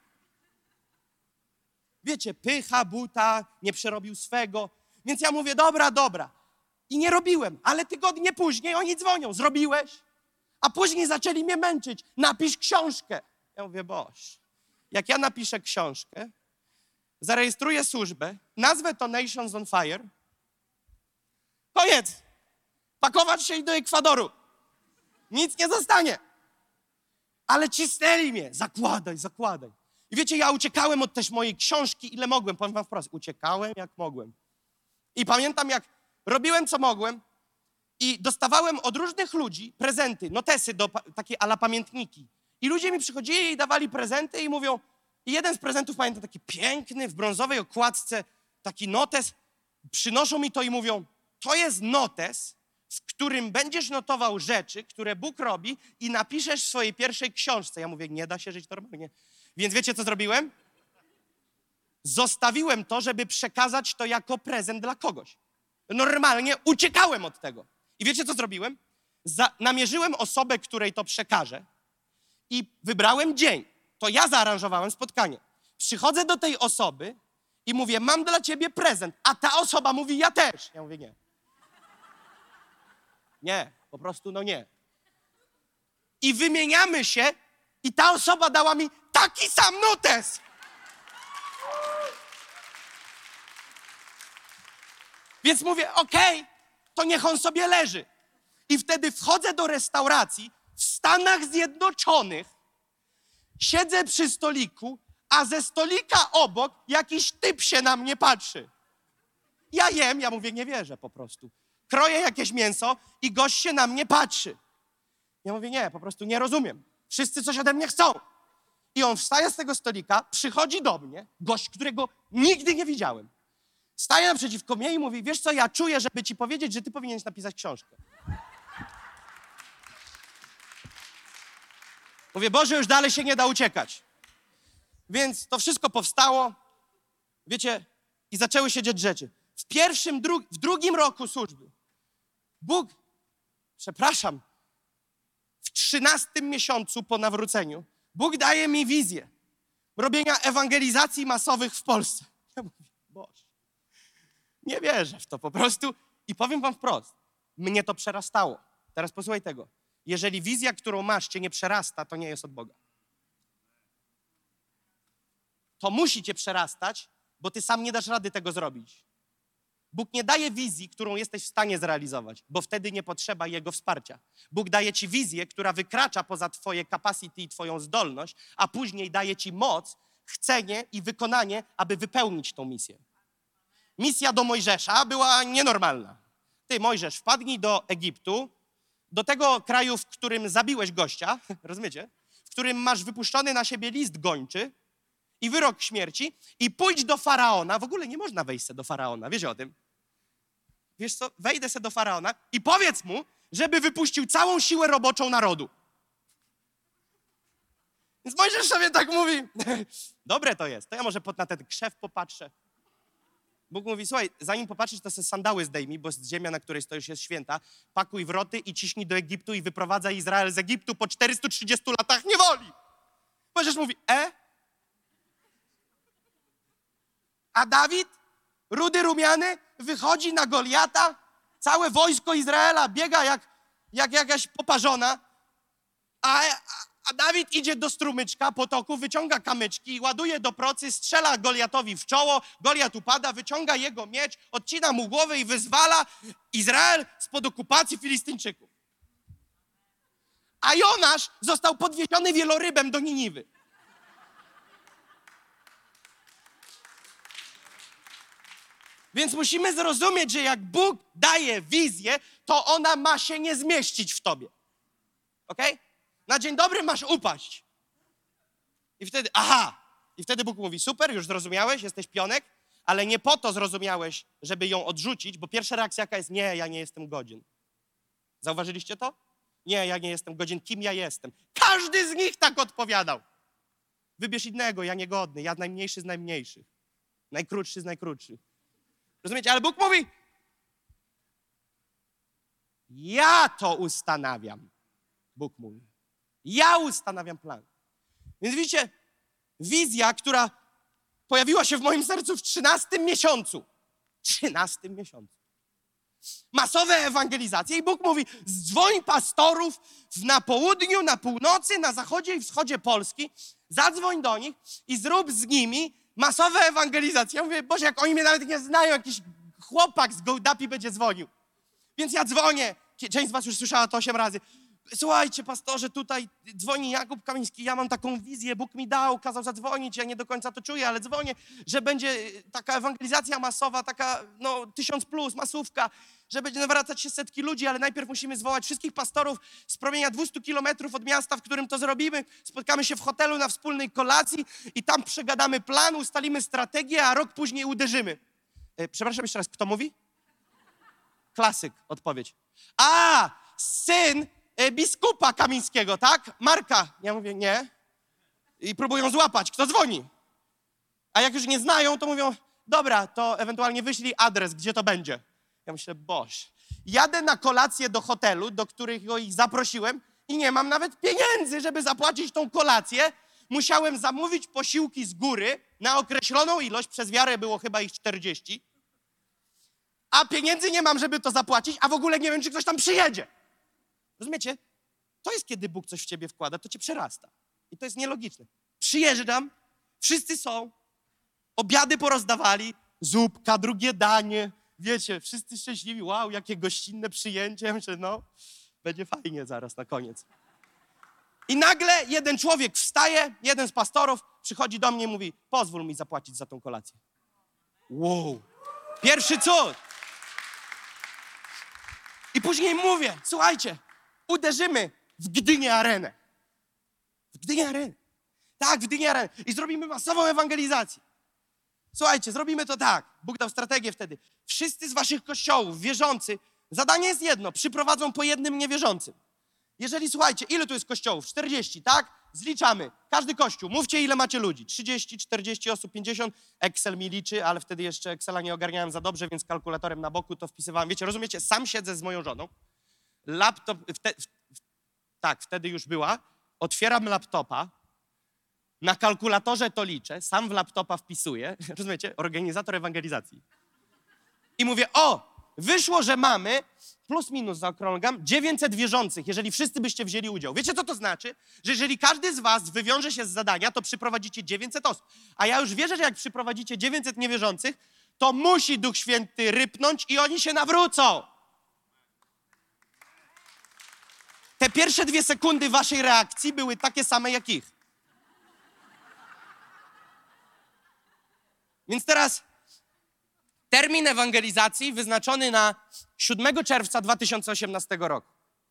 Wiecie, pycha, buta, nie przerobił swego. Więc ja mówię, dobra. I nie robiłem, ale tygodnie później oni dzwonią. Zrobiłeś? A później zaczęli mnie męczyć. Napisz książkę. Ja mówię, Boże, jak ja napiszę książkę, zarejestruję służbę, nazwę to Nations on Fire, koniec. Pakować się i do Ekwadoru. Nic nie zostanie. Ale cisnęli mnie. Zakładaj. I wiecie, ja uciekałem od też mojej książki, ile mogłem. Powiem wam wprost, uciekałem jak mogłem. I pamiętam, jak robiłem, co mogłem i dostawałem od różnych ludzi prezenty, notesy, takie ala pamiętniki. I ludzie mi przychodzili i dawali prezenty i mówią, i jeden z prezentów, pamiętam, taki piękny, w brązowej okładce, taki notes, przynoszą mi to i mówią, to jest notes, w którym będziesz notował rzeczy, które Bóg robi i napiszesz w swojej pierwszej książce. Ja mówię, nie da się żyć normalnie. Więc wiecie, co zrobiłem? Zostawiłem to, żeby przekazać to jako prezent dla kogoś. Normalnie uciekałem od tego. I wiecie, co zrobiłem? Namierzyłem osobę, której to przekażę i wybrałem dzień. To ja zaaranżowałem spotkanie. Przychodzę do tej osoby i mówię, mam dla ciebie prezent, a ta osoba mówi, ja też. Ja mówię, nie. Nie, po prostu no nie. I wymieniamy się i ta osoba dała mi taki sam notes. Więc mówię, okej, to niech on sobie leży. I wtedy wchodzę do restauracji w Stanach Zjednoczonych, siedzę przy stoliku, a ze stolika obok jakiś typ się na mnie patrzy. Ja jem, ja mówię, nie wierzę po prostu. Kroję jakieś mięso i gość się na mnie patrzy. Ja mówię, nie, po prostu nie rozumiem. Wszyscy coś ode mnie chcą. I on wstaje z tego stolika, przychodzi do mnie, gość, którego nigdy nie widziałem. Staje naprzeciwko mnie i mówi, wiesz co, ja czuję, żeby ci powiedzieć, że ty powinieneś napisać książkę. Mówię, Boże, już dalej się nie da uciekać. Więc to wszystko powstało, wiecie, i zaczęły się dziać rzeczy. W drugim roku służby Bóg, w 13 miesiącu po nawróceniu, Bóg daje mi wizję robienia ewangelizacji masowych w Polsce. Ja mówię, Boże, nie wierzę w to po prostu. I powiem wam wprost, mnie to przerastało. Teraz posłuchaj tego. Jeżeli wizja, którą masz, cię nie przerasta, to nie jest od Boga. To musi cię przerastać, bo ty sam nie dasz rady tego zrobić. Bóg nie daje wizji, którą jesteś w stanie zrealizować, bo wtedy nie potrzeba Jego wsparcia. Bóg daje ci wizję, która wykracza poza twoje capacity i twoją zdolność, a później daje ci moc, chcenie i wykonanie, aby wypełnić tą misję. Misja do Mojżesza była nienormalna. Ty, Mojżesz, wpadnij do Egiptu, do tego kraju, w którym zabiłeś gościa, rozumiecie? W którym masz wypuszczony na siebie list gończy i wyrok śmierci i pójdź do Faraona. W ogóle nie można wejść se do Faraona, wiesz o tym? Wiesz co, wejdę se do Faraona i powiedz mu, żeby wypuścił całą siłę roboczą narodu. Więc Mojżesz sobie tak mówi, dobre to jest, to ja może na ten krzew popatrzę. Bóg mówi, słuchaj, zanim popatrzysz, to sobie sandały zdejmij, bo ziemia, na której stoisz, jest święta. Pakuj wroty i ciśnij do Egiptu i wyprowadzaj Izrael z Egiptu po 430 latach niewoli. Mojżesz mówi, A Dawid, rudy rumiany, wychodzi na Goliata, całe wojsko Izraela biega jak jakaś poparzona, a Dawid idzie do strumyczka, potoku, wyciąga kamyczki, ładuje do procy, strzela Goliatowi w czoło, Goliat upada, wyciąga jego miecz, odcina mu głowę i wyzwala Izrael spod okupacji Filistyńczyków. A Jonasz został podwieziony wielorybem do Niniwy. Więc musimy zrozumieć, że jak Bóg daje wizję, to ona ma się nie zmieścić w tobie. Okej? Na dzień dobry masz upaść. I wtedy Bóg mówi, super, już zrozumiałeś, jesteś pionek, ale nie po to zrozumiałeś, żeby ją odrzucić, bo pierwsza reakcja jaka jest, nie, ja nie jestem godzien. Zauważyliście to? Nie, ja nie jestem godzien, kim ja jestem? Każdy z nich tak odpowiadał. Wybierz innego, ja niegodny, ja najmniejszy z najmniejszych, najkrótszy z najkrótszych. Rozumiecie? Ale Bóg mówi, ja to ustanawiam. Bóg mówi, ja ustanawiam plan. Więc widzicie, wizja, która pojawiła się w moim sercu w 13 miesiącu. 13 miesiącu. Masowe ewangelizacje i Bóg mówi, dzwoń pastorów na południu, na północy, na zachodzie i wschodzie Polski, zadzwoń do nich i zrób z nimi masowe ewangelizacje. Ja mówię, Boże, jak oni mnie nawet nie znają, jakiś chłopak z Gołdapi będzie dzwonił. Więc ja dzwonię. Część z was już słyszała to 8 razy. Słuchajcie, pastorze, tutaj dzwoni Jakub Kamiński, ja mam taką wizję, Bóg mi dał, kazał zadzwonić, ja nie do końca to czuję, ale dzwonię, że będzie taka ewangelizacja masowa, taka 1000+, masówka, że będzie nawracać się setki ludzi, ale najpierw musimy zwołać wszystkich pastorów z promienia 200 kilometrów od miasta, w którym to zrobimy. Spotkamy się w hotelu na wspólnej kolacji i tam przegadamy plan, ustalimy strategię, a rok później uderzymy. Przepraszam jeszcze raz, kto mówi? Klasyk, odpowiedź. Syn biskupa Kamińskiego, tak? Marka. Ja mówię, nie. I próbują złapać, kto dzwoni. A jak już nie znają, to mówią, dobra, to ewentualnie wyślij adres, gdzie to będzie. Ja myślę, Boże, jadę na kolację do hotelu, do którego ich zaprosiłem i nie mam nawet pieniędzy, żeby zapłacić tą kolację. Musiałem zamówić posiłki z góry na określoną ilość, przez wiarę było chyba ich 40. A pieniędzy nie mam, żeby to zapłacić, a w ogóle nie wiem, czy ktoś tam przyjedzie. Rozumiecie? To jest, kiedy Bóg coś w ciebie wkłada, to cię przerasta. I to jest nielogiczne. Przyjeżdżam, wszyscy są, obiady porozdawali, zupka, drugie danie, wiecie, wszyscy szczęśliwi, wow, jakie gościnne przyjęcie. Ja myślę, no, będzie fajnie zaraz na koniec. I nagle jeden człowiek wstaje, jeden z pastorów przychodzi do mnie i mówi, pozwól mi zapłacić za tą kolację. Wow, pierwszy cud. I później mówię, słuchajcie, uderzymy w Gdynię Arenę. W Gdynię Arenę. Tak, w Gdynię Arenę. I zrobimy masową ewangelizację. Słuchajcie, zrobimy to tak. Bóg dał strategię wtedy. Wszyscy z waszych kościołów wierzący, zadanie jest jedno, przyprowadzą po jednym niewierzącym. Jeżeli, słuchajcie, ile tu jest kościołów? 40, tak? Zliczamy. Każdy kościół. Mówcie, ile macie ludzi. 30, 40 osób, 50. Excel mi liczy, ale wtedy jeszcze Excela nie ogarniałem za dobrze, więc kalkulatorem na boku to wpisywałem. Wiecie, rozumiecie? Sam siedzę z moją żoną. Laptop, wtedy już była. Otwieram laptopa. Na kalkulatorze to liczę. Sam w laptopa wpisuję. Rozumiecie? Organizator ewangelizacji. I mówię, wyszło, że mamy, plus minus zaokrągam, 900 wierzących, jeżeli wszyscy byście wzięli udział. Wiecie, co to znaczy? Że jeżeli każdy z was wywiąże się z zadania, to przyprowadzicie 900 osób. A ja już wierzę, że jak przyprowadzicie 900 niewierzących, to musi Duch Święty rypnąć i oni się nawrócą. Te pierwsze 2 sekundy waszej reakcji były takie same jak ich. Więc teraz termin ewangelizacji wyznaczony na 7 czerwca 2018 roku.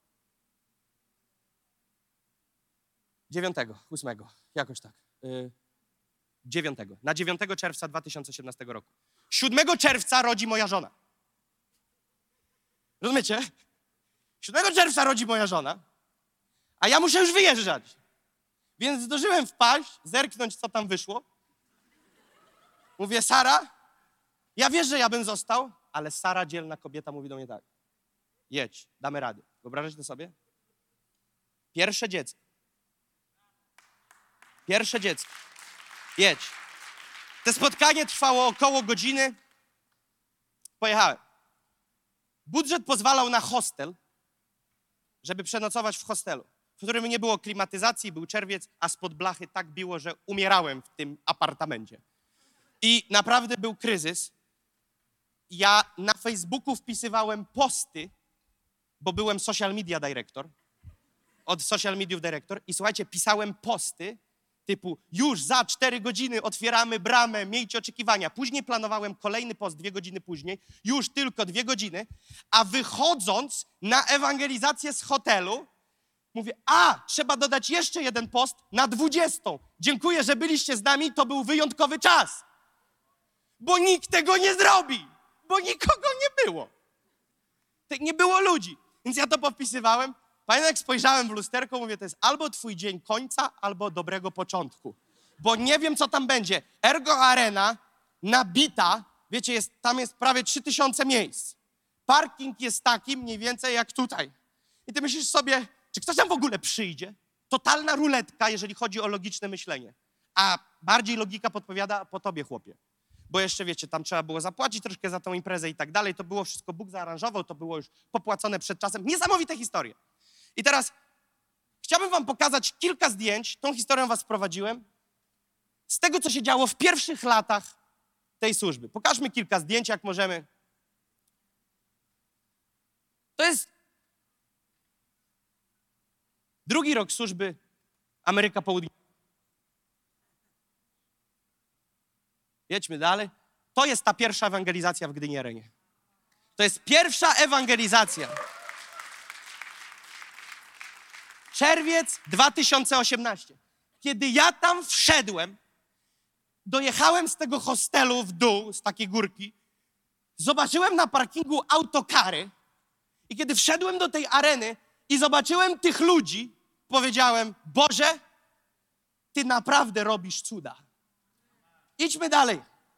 9, 8, jakoś tak. 9. Na 9 czerwca 2018 roku. 7 czerwca rodzi moja żona. Rozumiecie? 7 czerwca rodzi moja żona, a ja muszę już wyjeżdżać. Więc zdążyłem wpaść, zerknąć, co tam wyszło. Mówię, Sara, ja wiesz, że ja bym został, ale Sara, dzielna kobieta, mówi do mnie tak. Jedź, damy radę. Wyobrażasz to sobie? Pierwsze dziecko. Pierwsze dziecko. Jedź. To spotkanie trwało około godziny. Pojechałem. Budżet pozwalał na hostel, żeby przenocować w hostelu, w którym nie było klimatyzacji, był czerwiec, a spod blachy tak biło, że umierałem w tym apartamencie. I naprawdę był kryzys. Ja na Facebooku wpisywałem posty, bo byłem social media director, od social mediów director i słuchajcie, pisałem posty typu już za 4 godziny otwieramy bramę, miejcie oczekiwania. Później planowałem kolejny post 2 godziny później, już tylko 2 godziny, a wychodząc na ewangelizację z hotelu, mówię, trzeba dodać jeszcze jeden post na 20. Dziękuję, że byliście z nami, to był wyjątkowy czas. Bo nikt tego nie zrobi, bo nikogo nie było. Nie było ludzi. Więc ja to powpisywałem. Pamiętam, jak spojrzałem w lusterko, mówię, to jest albo twój dzień końca, albo dobrego początku. Bo nie wiem, co tam będzie. Ergo Arena, nabita, wiecie, tam jest prawie 3000 miejsc. Parking jest taki mniej więcej jak tutaj. I ty myślisz sobie, czy ktoś tam w ogóle przyjdzie? Totalna ruletka, jeżeli chodzi o logiczne myślenie. A bardziej logika podpowiada po tobie, chłopie. Bo jeszcze, wiecie, tam trzeba było zapłacić troszkę za tą imprezę i tak dalej. To było wszystko, Bóg zaaranżował, to było już popłacone przed czasem. Niesamowite historie. I teraz chciałbym wam pokazać kilka zdjęć, tą historią was wprowadziłem, z tego, co się działo w pierwszych latach tej służby. Pokażmy kilka zdjęć, jak możemy. To jest 2. rok służby Ameryka Południowa. Jedźmy dalej. To jest ta pierwsza ewangelizacja w Gdyni Arenie. To jest pierwsza ewangelizacja. Czerwiec 2018. Kiedy ja tam wszedłem, dojechałem z tego hostelu w dół, z takiej górki, zobaczyłem na parkingu autokary i kiedy wszedłem do tej areny i zobaczyłem tych ludzi, powiedziałem, Boże, Ty naprawdę robisz cuda. Idźmy dalej.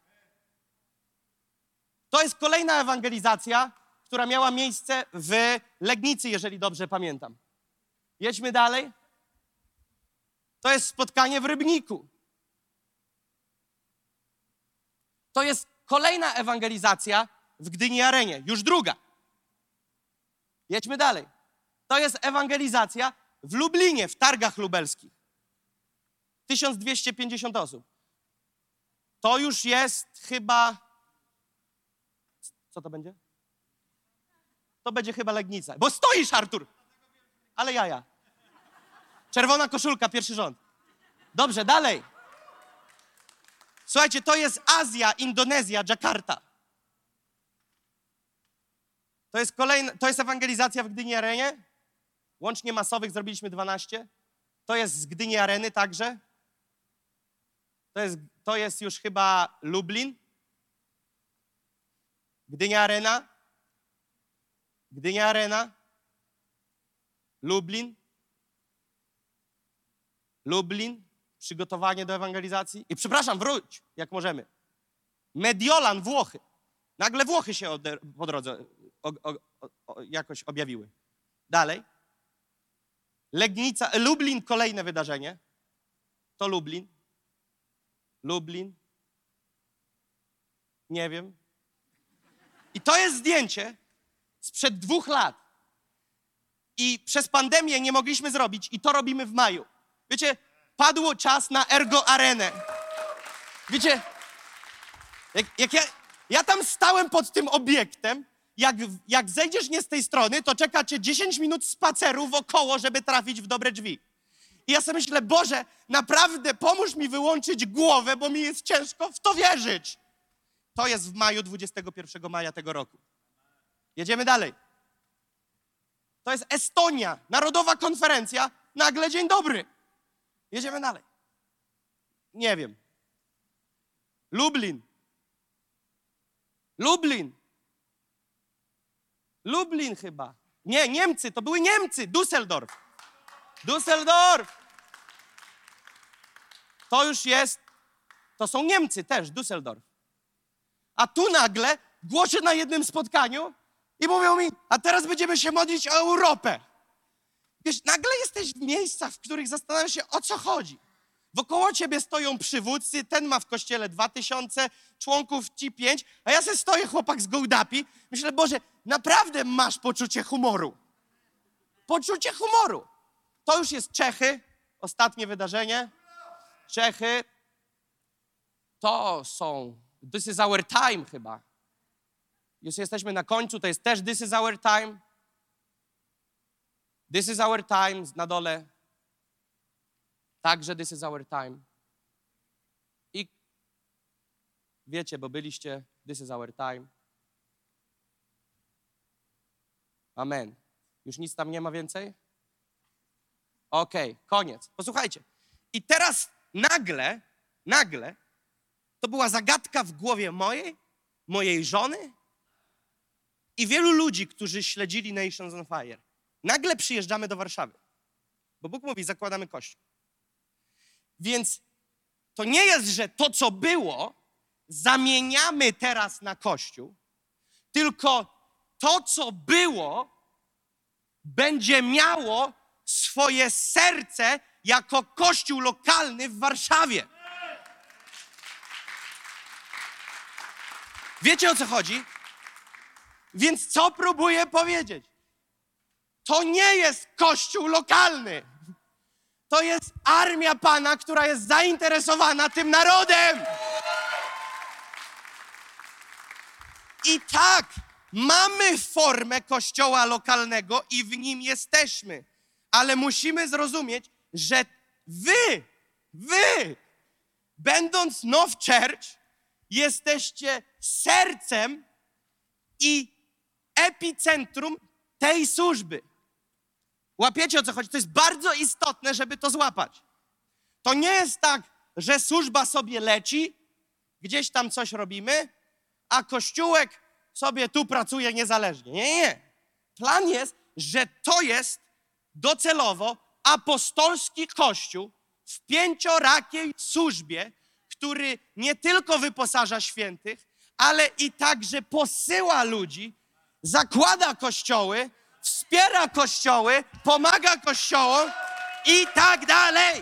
To jest kolejna ewangelizacja, która miała miejsce w Legnicy, jeżeli dobrze pamiętam. Jedźmy dalej. To jest spotkanie w Rybniku. To jest kolejna ewangelizacja w Gdyni Arenie, już 2. Jedźmy dalej. To jest ewangelizacja w Lublinie, w targach lubelskich. 1250 osób. To już jest chyba... Co to będzie? To będzie chyba Legnica. Bo stoisz, Artur! Ale jaja. Czerwona koszulka, pierwszy rząd. Dobrze, dalej. Słuchajcie, to jest Azja, Indonezja, Dżakarta. To jest ewangelizacja w Gdyni Arenie. Łącznie masowych zrobiliśmy 12. To jest z Gdyni Areny także. To jest już chyba Lublin. Gdynia Arena. Gdynia Arena. Lublin. Lublin. Przygotowanie do ewangelizacji. I przepraszam, wróć, jak możemy. Mediolan, Włochy. Nagle Włochy się po drodze jakoś objawiły. Dalej. Legnica, Lublin, kolejne wydarzenie. To Lublin. Lublin. Nie wiem. I to jest zdjęcie sprzed 2 lat. I przez pandemię nie mogliśmy zrobić i to robimy w maju. Wiecie, padło czas na Ergo Arenę. Wiecie, jak ja tam stałem pod tym obiektem, jak zejdziesz nie z tej strony, to czeka cię 10 minut spaceru wokoło, żeby trafić w dobre drzwi. I ja sobie myślę, Boże, naprawdę pomóż mi wyłączyć głowę, bo mi jest ciężko w to wierzyć. To jest w maju, 21 maja tego roku. Jedziemy dalej. To jest Estonia, Narodowa Konferencja, nagle dzień dobry. Jedziemy dalej. Nie wiem. Lublin. Lublin. Lublin chyba. Nie, Niemcy, to były Niemcy. Düsseldorf. Düsseldorf. To już jest, to są Niemcy też, Düsseldorf. A tu nagle głoszę na jednym spotkaniu i mówią mi, a teraz będziemy się modlić o Europę. Wiesz, nagle jesteś w miejscach, w których zastanawiasz się, o co chodzi. Wokoło ciebie stoją przywódcy, ten ma w kościele 2000 członków, ci 5, a ja se stoję, chłopak z Gołdapi. Myślę, Boże, naprawdę masz poczucie humoru. Poczucie humoru. To już jest Czechy, ostatnie wydarzenie. Czechy. To są, this is our time chyba. Już jesteśmy na końcu, to jest też this is our time. This is our time na dole. Także this is our time. I wiecie, bo byliście, this is our time. Amen. Już nic tam nie ma więcej? Okej, koniec. Posłuchajcie. I teraz nagle, to była zagadka w głowie mojej żony i wielu ludzi, którzy śledzili Nations on Fire. Nagle przyjeżdżamy do Warszawy, bo Bóg mówi, zakładamy kościół. Więc to nie jest, że to, co było, zamieniamy teraz na kościół, tylko to, co było, będzie miało swoje serce jako kościół lokalny w Warszawie. Wiecie, o co chodzi? Więc co próbuję powiedzieć? To nie jest kościół lokalny. To jest armia Pana, która jest zainteresowana tym narodem. I tak, mamy formę kościoła lokalnego i w nim jesteśmy. Ale musimy zrozumieć, że wy, będąc Now Church, jesteście sercem i epicentrum tej służby. Łapiecie, o co chodzi? To jest bardzo istotne, żeby to złapać. To nie jest tak, że służba sobie leci, gdzieś tam coś robimy, a kościółek sobie tu pracuje niezależnie. Nie. Plan jest, że to jest docelowo apostolski kościół w 5-rakiej służbie, który nie tylko wyposaża świętych, ale i także posyła ludzi, zakłada kościoły, wspiera kościoły, pomaga kościołom i tak dalej.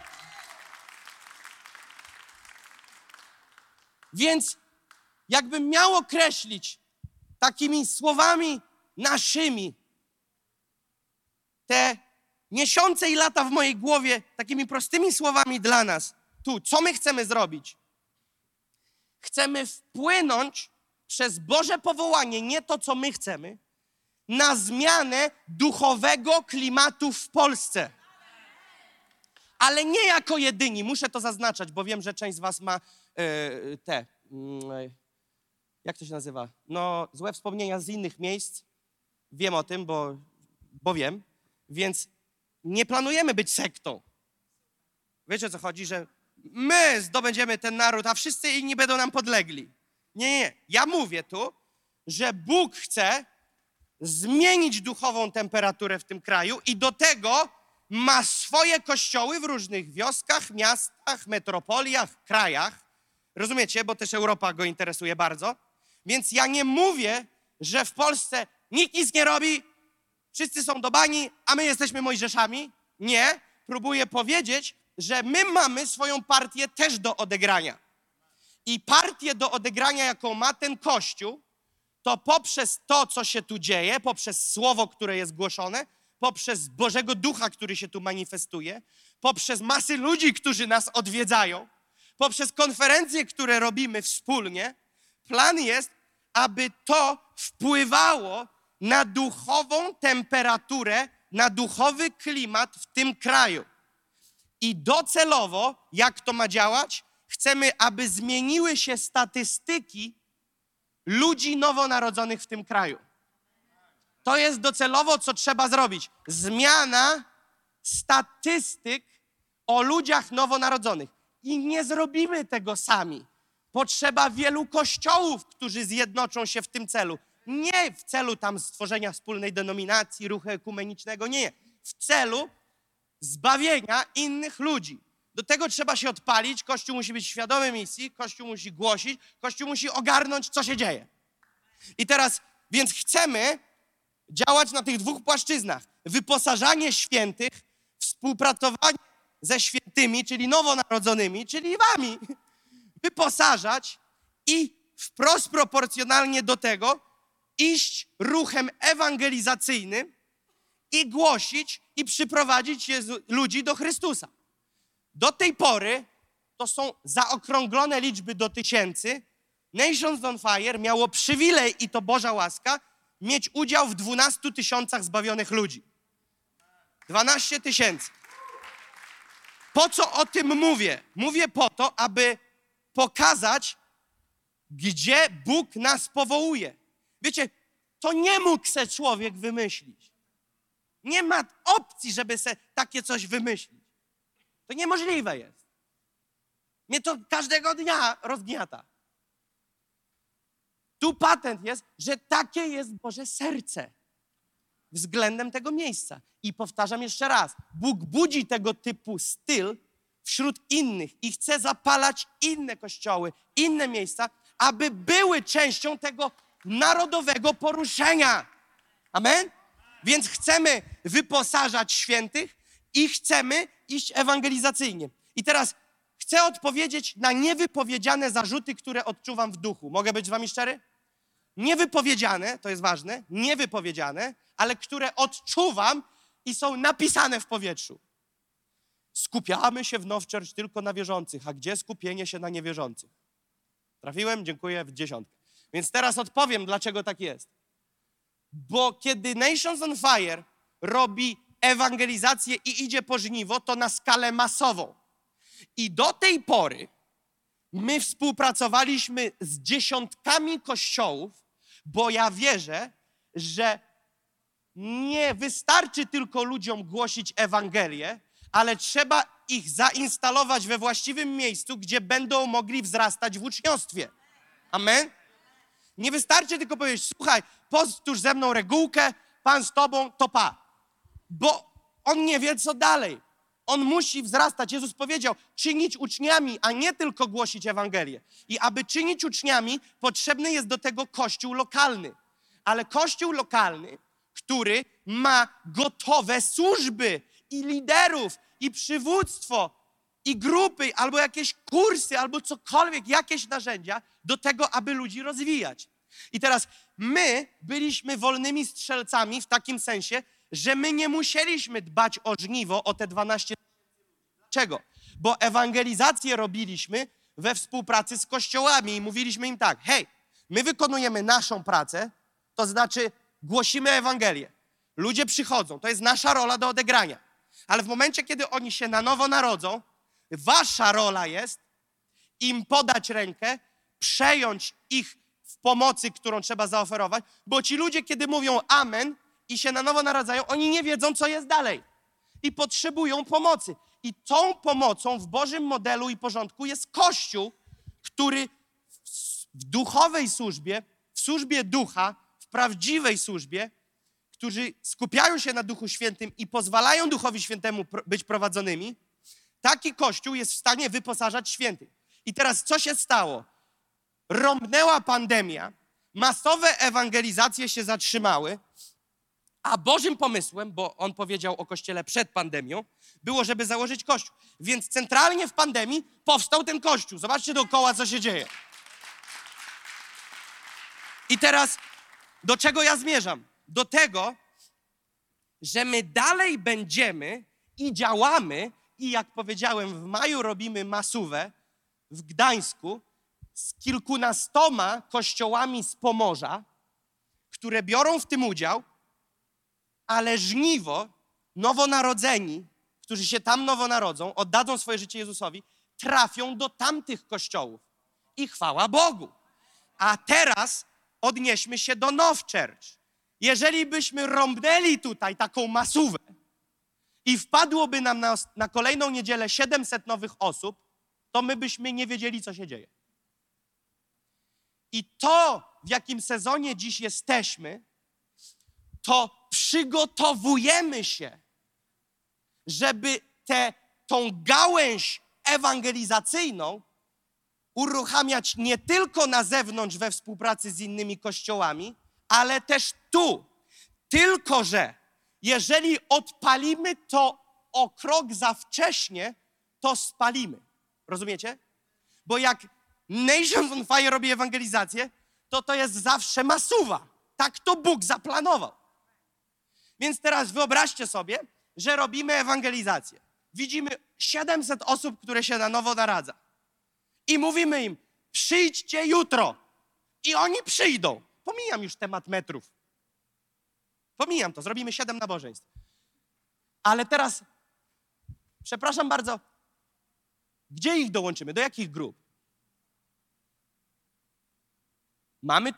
Więc jakbym miał określić takimi słowami naszymi, te miesiące i lata w mojej głowie takimi prostymi słowami dla nas. Tu, co my chcemy zrobić? Chcemy wpłynąć przez Boże powołanie, nie to, co my chcemy, na zmianę duchowego klimatu w Polsce. Ale nie jako jedyni, muszę to zaznaczać, bo wiem, że część z was ma jak to się nazywa? No, złe wspomnienia z innych miejsc. Wiem o tym, bo wiem. Więc nie planujemy być sektą. Wiecie, o co chodzi? Że my zdobędziemy ten naród, a wszyscy inni będą nam podlegli. Nie. Ja mówię tu, że Bóg chce zmienić duchową temperaturę w tym kraju i do tego ma swoje kościoły w różnych wioskach, miastach, metropoliach, krajach. Rozumiecie? Bo też Europa go interesuje bardzo. Więc ja nie mówię, że w Polsce nikt nic nie robi, wszyscy są do bani, a my jesteśmy Mojżeszami. Nie. Próbuję powiedzieć, że my mamy swoją partię też do odegrania. I partię do odegrania, jaką ma ten Kościół, to poprzez to, co się tu dzieje, poprzez słowo, które jest głoszone, poprzez Bożego Ducha, który się tu manifestuje, poprzez masy ludzi, którzy nas odwiedzają, poprzez konferencje, które robimy wspólnie, plan jest, aby to wpływało na duchową temperaturę, na duchowy klimat w tym kraju. I docelowo, jak to ma działać? Chcemy, aby zmieniły się statystyki ludzi nowonarodzonych w tym kraju. To jest docelowo, co trzeba zrobić. Zmiana statystyk o ludziach nowonarodzonych. I nie zrobimy tego sami. Potrzeba wielu kościołów, którzy zjednoczą się w tym celu. Nie w celu tam stworzenia wspólnej denominacji, ruchu ekumenicznego, nie. W celu zbawienia innych ludzi. Do tego trzeba się odpalić, Kościół musi być świadomy misji, Kościół musi głosić, Kościół musi ogarnąć, co się dzieje. I teraz, więc chcemy działać na tych dwóch płaszczyznach. Wyposażanie świętych, współpracowanie ze świętymi, czyli nowonarodzonymi, czyli wami. Wyposażać i wprost proporcjonalnie do tego iść ruchem ewangelizacyjnym i głosić i przyprowadzić ludzi do Chrystusa. Do tej pory to są zaokrąglone liczby do 1000. Nations on Fire miało przywilej, i to Boża łaska, mieć udział w 12 000 zbawionych ludzi. 12 000. Po co o tym mówię? Mówię po to, aby pokazać, gdzie Bóg nas powołuje. Wiecie, to nie mógł se człowiek wymyślić. Nie ma opcji, żeby se takie coś wymyślić. To niemożliwe jest. Mnie to każdego dnia rozgniata. Tu patent jest, że takie jest Boże serce względem tego miejsca. I powtarzam jeszcze raz, Bóg budzi tego typu styl wśród innych i chce zapalać inne kościoły, inne miejsca, aby były częścią tego narodowego poruszenia. Amen? Więc chcemy wyposażać świętych i chcemy iść ewangelizacyjnie. I teraz chcę odpowiedzieć na niewypowiedziane zarzuty, które odczuwam w duchu. Mogę być z wami szczery? Niewypowiedziane, to jest ważne, niewypowiedziane, ale które odczuwam i są napisane w powietrzu. Skupiamy się w Now Church tylko na wierzących, a gdzie skupienie się na niewierzących? Trafiłem? Dziękuję, w 10. Więc teraz odpowiem, dlaczego tak jest. Bo kiedy Nations on Fire robi ewangelizację i idzie po żniwo, to na skalę masową. I do tej pory my współpracowaliśmy z dziesiątkami kościołów, bo ja wierzę, że nie wystarczy tylko ludziom głosić Ewangelię, ale trzeba ich zainstalować we właściwym miejscu, gdzie będą mogli wzrastać w uczniostwie. Amen? Nie wystarczy tylko powiedzieć, słuchaj, powtórz ze mną regułkę, Pan z tobą, to pa. Bo on nie wie, co dalej. On musi wzrastać. Jezus powiedział, czynić uczniami, a nie tylko głosić Ewangelię. I aby czynić uczniami, potrzebny jest do tego kościół lokalny. Ale kościół lokalny, który ma gotowe służby i liderów, i przywództwo, i grupy, albo jakieś kursy, albo cokolwiek, jakieś narzędzia do tego, aby ludzi rozwijać. I teraz my byliśmy wolnymi strzelcami w takim sensie, że my nie musieliśmy dbać o żniwo, o te 12 tysięcy. Dlaczego? Bo ewangelizację robiliśmy we współpracy z kościołami i mówiliśmy im tak, hej, my wykonujemy naszą pracę, to znaczy głosimy Ewangelię. Ludzie przychodzą, to jest nasza rola do odegrania. Ale w momencie, kiedy oni się na nowo narodzą, wasza rola jest im podać rękę, przejąć ich w pomocy, którą trzeba zaoferować, bo ci ludzie, kiedy mówią amen i się na nowo narodzają, oni nie wiedzą, co jest dalej. I potrzebują pomocy. I tą pomocą w Bożym modelu i porządku jest Kościół, który w duchowej służbie, w służbie ducha, w prawdziwej służbie, którzy skupiają się na Duchu Świętym i pozwalają Duchowi Świętemu być prowadzonymi, taki Kościół jest w stanie wyposażać świętych. I teraz co się stało? Rąbnęła pandemia, masowe ewangelizacje się zatrzymały, a Bożym pomysłem, bo on powiedział o Kościele przed pandemią, było, żeby założyć Kościół. Więc centralnie w pandemii powstał ten Kościół. Zobaczcie dookoła, co się dzieje. I teraz do czego ja zmierzam? Do tego, że my dalej będziemy i działamy i jak powiedziałem, w maju robimy masówę w Gdańsku z kilkunastoma kościołami z Pomorza, które biorą w tym udział, ale żniwo, nowonarodzeni, którzy się tam nowo narodzą, oddadzą swoje życie Jezusowi, trafią do tamtych kościołów. I chwała Bogu. A teraz odnieśmy się do Now Church. Jeżeli byśmy rąbnęli tutaj taką masówę i wpadłoby nam na kolejną niedzielę 700 nowych osób, to my byśmy nie wiedzieli, co się dzieje. I to, w jakim sezonie dziś jesteśmy, to przygotowujemy się, żeby tą gałęź ewangelizacyjną uruchamiać nie tylko na zewnątrz we współpracy z innymi kościołami, ale też tu. Tylko że jeżeli odpalimy to o krok za wcześnie, to spalimy. Rozumiecie? Bo jak Nations on Fire robi ewangelizację, to jest zawsze masuwa. Tak to Bóg zaplanował. Więc teraz wyobraźcie sobie, że robimy ewangelizację. Widzimy 700 osób, które się na nowo naradza. I mówimy im, przyjdźcie jutro. I oni przyjdą. Pomijam już temat metrów. Pomijam to, zrobimy 7 nabożeństw. Ale teraz, przepraszam bardzo, gdzie ich dołączymy? Do jakich grup? Mamy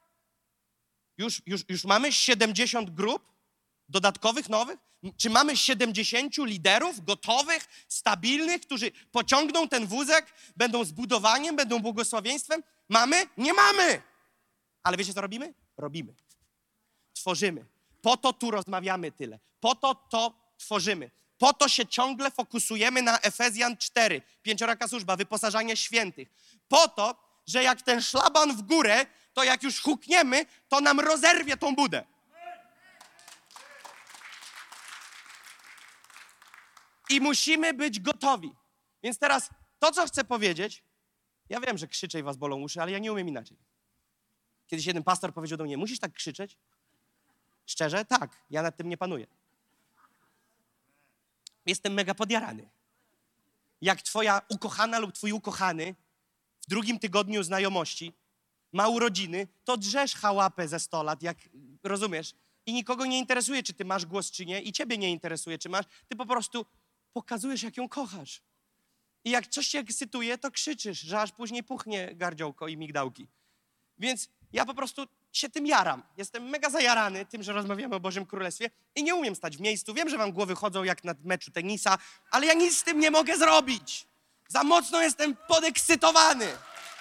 już mamy 70 grup dodatkowych, nowych? Czy mamy 70 liderów gotowych, stabilnych, którzy pociągną ten wózek, będą zbudowaniem, będą błogosławieństwem? Mamy? Nie mamy! Ale wiecie, co robimy? Robimy. Tworzymy. Po to tu rozmawiamy tyle. Po to tworzymy. Po to się ciągle fokusujemy na Efezjan 4. 5-raka służba, wyposażanie świętych. Po to, że jak ten szlaban w górę, to jak już hukniemy, to nam rozerwie tą budę. I musimy być gotowi. Więc teraz to, co chcę powiedzieć, ja wiem, że krzyczę i was bolą uszy, ale ja nie umiem inaczej. Kiedyś jeden pastor powiedział do mnie, musisz tak krzyczeć? Szczerze? Tak, ja nad tym nie panuję. Jestem mega podjarany. Jak twoja ukochana lub twój ukochany w drugim tygodniu znajomości ma urodziny, to drzesz chałapę ze 100 lat, jak rozumiesz? I nikogo nie interesuje, czy ty masz głos, czy nie. I ciebie nie interesuje, czy masz. Ty po prostu pokazujesz, jak ją kochasz. I jak coś cię ekscytuje, to krzyczysz, że aż później puchnie gardziołko i migdałki. Więc ja po prostu się tym jaram. Jestem mega zajarany tym, że rozmawiamy o Bożym Królestwie i nie umiem stać w miejscu. Wiem, że wam głowy chodzą jak na meczu tenisa, ale ja nic z tym nie mogę zrobić. Za mocno jestem podekscytowany.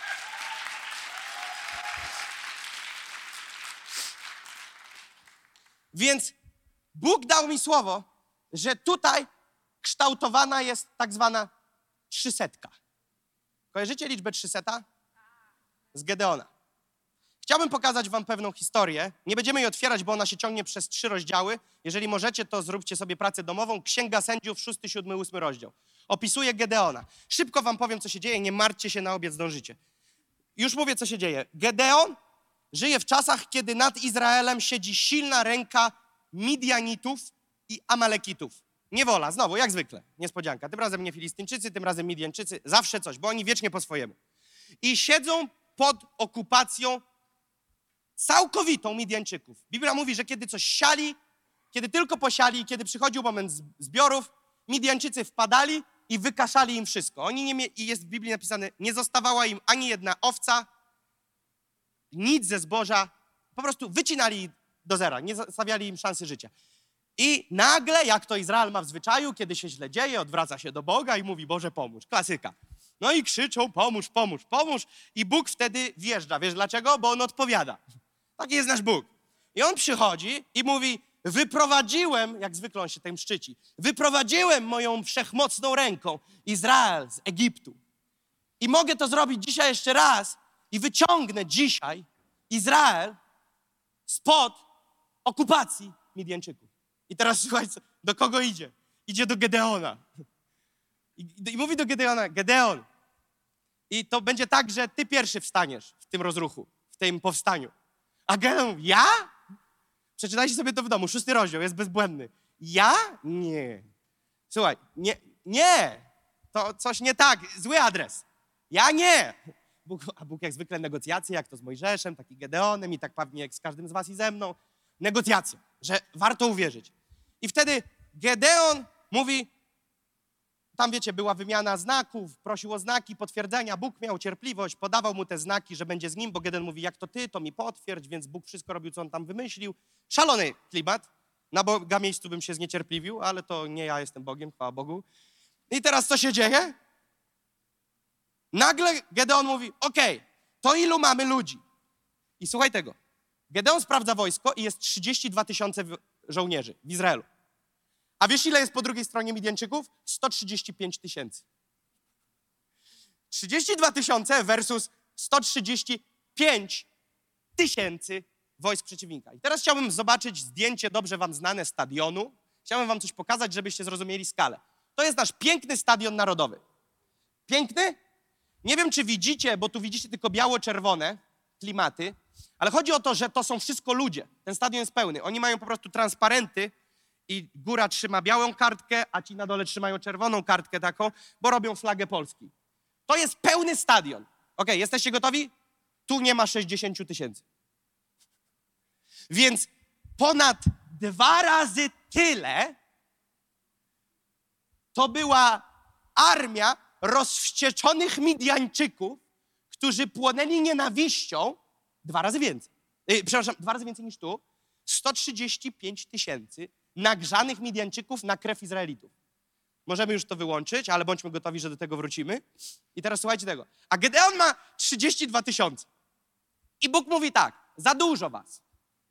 Więc Bóg dał mi słowo, że tutaj kształtowana jest tak zwana 300. Kojarzycie liczbę 300? Z Gedeona. Chciałbym pokazać wam pewną historię. Nie będziemy jej otwierać, bo ona się ciągnie przez 3 rozdziały. Jeżeli możecie, to zróbcie sobie pracę domową. Księga Sędziów, 6, 7, 8 rozdział. Opisuje Gedeona. Szybko wam powiem, co się dzieje. Nie martwcie się, na obiad zdążycie. Już mówię, co się dzieje. Gedeon żyje w czasach, kiedy nad Izraelem siedzi silna ręka Midianitów i Amalekitów. Niewola, znowu, jak zwykle, niespodzianka. Tym razem nie Filistyńczycy, tym razem Midianczycy, zawsze coś, bo oni wiecznie po swojemu. I siedzą pod okupacją całkowitą Midianczyków. Biblia mówi, że kiedy coś siali, kiedy tylko posiali, kiedy przychodził moment zbiorów, Midianczycy wpadali i wykaszali im wszystko. Oni nie i jest w Biblii napisane, nie zostawała im ani jedna owca, nic ze zboża, po prostu wycinali do zera, nie zostawiali im szansy życia. I nagle, jak to Izrael ma w zwyczaju, kiedy się źle dzieje, odwraca się do Boga i mówi, Boże, pomóż. Klasyka. No i krzyczą, pomóż, pomóż, pomóż. I Bóg wtedy wjeżdża. Wiesz dlaczego? Bo On odpowiada. Taki jest nasz Bóg. I On przychodzi i mówi, wyprowadziłem, jak zwykle On się tym szczyci, wyprowadziłem moją wszechmocną ręką Izrael z Egiptu. I mogę to zrobić dzisiaj jeszcze raz i wyciągnę dzisiaj Izrael spod okupacji Midianczyków. I teraz słuchaj, do kogo idzie? Idzie do Gedeona. I mówi do Gedeona, Gedeon, i to będzie tak, że ty pierwszy wstaniesz w tym rozruchu, w tym powstaniu. A Gedeon mówi, ja? Przeczytajcie sobie to w domu, 6 rozdział, jest bezbłędny. Ja? Nie. Słuchaj, nie. To coś nie tak, zły adres. Ja nie. A Bóg jak zwykle negocjacje, jak to z Mojżeszem, tak i Gedeonem i tak pewnie jak z każdym z was i ze mną. Negocjacje, że warto uwierzyć. I wtedy Gedeon mówi, tam wiecie, była wymiana znaków, prosił o znaki, potwierdzenia. Bóg miał cierpliwość, podawał mu te znaki, że będzie z nim, bo Gedeon mówi, jak to ty, to mi potwierdź, więc Bóg wszystko robił, co on tam wymyślił. Szalony klimat. Na Boga miejscu bym się zniecierpliwił, ale to nie ja jestem Bogiem, chwała Bogu. I teraz co się dzieje? Nagle Gedeon mówi, okej, to ilu mamy ludzi? I słuchaj tego. Gedeon sprawdza wojsko i jest 32 000 żołnierzy w Izraelu. A wiesz, ile jest po drugiej stronie Midianczyków? 135 000. 32 000 versus 135 000 wojsk przeciwnika. I teraz chciałbym zobaczyć zdjęcie dobrze wam znane stadionu. Chciałbym wam coś pokazać, żebyście zrozumieli skalę. To jest nasz piękny stadion narodowy. Piękny? Nie wiem, czy widzicie, bo tu widzicie tylko biało-czerwone klimaty, ale chodzi o to, że to są wszystko ludzie. Ten stadion jest pełny. Oni mają po prostu transparenty i góra trzyma białą kartkę, a ci na dole trzymają czerwoną kartkę taką, bo robią flagę Polski. To jest pełny stadion. Okej, jesteście gotowi? Tu nie ma 60 000. Więc ponad 2 razy tyle to była armia rozwścieczonych Midianczyków, którzy płonęli nienawiścią 2 razy więcej. 2 razy więcej niż tu. 135 000 nagrzanych Midianczyków na krew Izraelitów. Możemy już to wyłączyć, ale bądźmy gotowi, że do tego wrócimy. I teraz słuchajcie tego. A Gedeon ma 32 000. I Bóg mówi tak, za dużo was.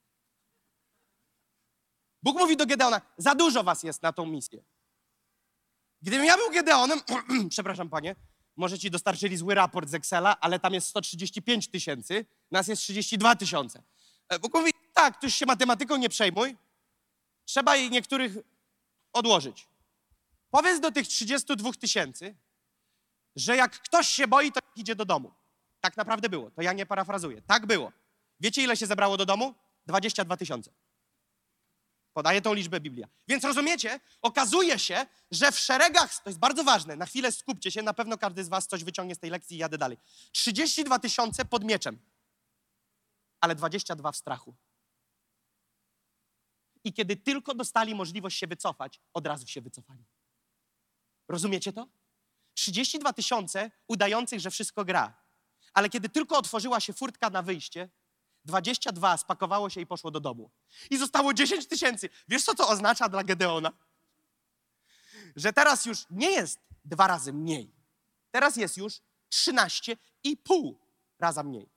Bóg mówi do Gedeona, za dużo was jest na tą misję. Gdybym ja był Gedeonem, przepraszam panie, może ci dostarczyli zły raport z Excela, ale tam jest 135 000, nas jest 32 000. Bóg mówi, tak, tu już się matematyką nie przejmuj, trzeba jej niektórych odłożyć. Powiedz do tych 32 000, że jak ktoś się boi, to idzie do domu. Tak naprawdę było, to ja nie parafrazuję, tak było. Wiecie, ile się zebrało do domu? 22 000. Podaje tą liczbę Biblia. Więc rozumiecie, okazuje się, że w szeregach, to jest bardzo ważne, na chwilę skupcie się, na pewno każdy z was coś wyciągnie z tej lekcji i jadę dalej. 32 000 pod mieczem, ale 22 w strachu. I kiedy tylko dostali możliwość się wycofać, od razu się wycofali. Rozumiecie to? 32 000 udających, że wszystko gra. Ale kiedy tylko otworzyła się furtka na wyjście, 22 spakowało się i poszło do domu. I zostało 10 000. Wiesz, co to oznacza dla Gedeona? Że teraz już nie jest 2 razy mniej. Teraz jest już 13,5 raza mniej.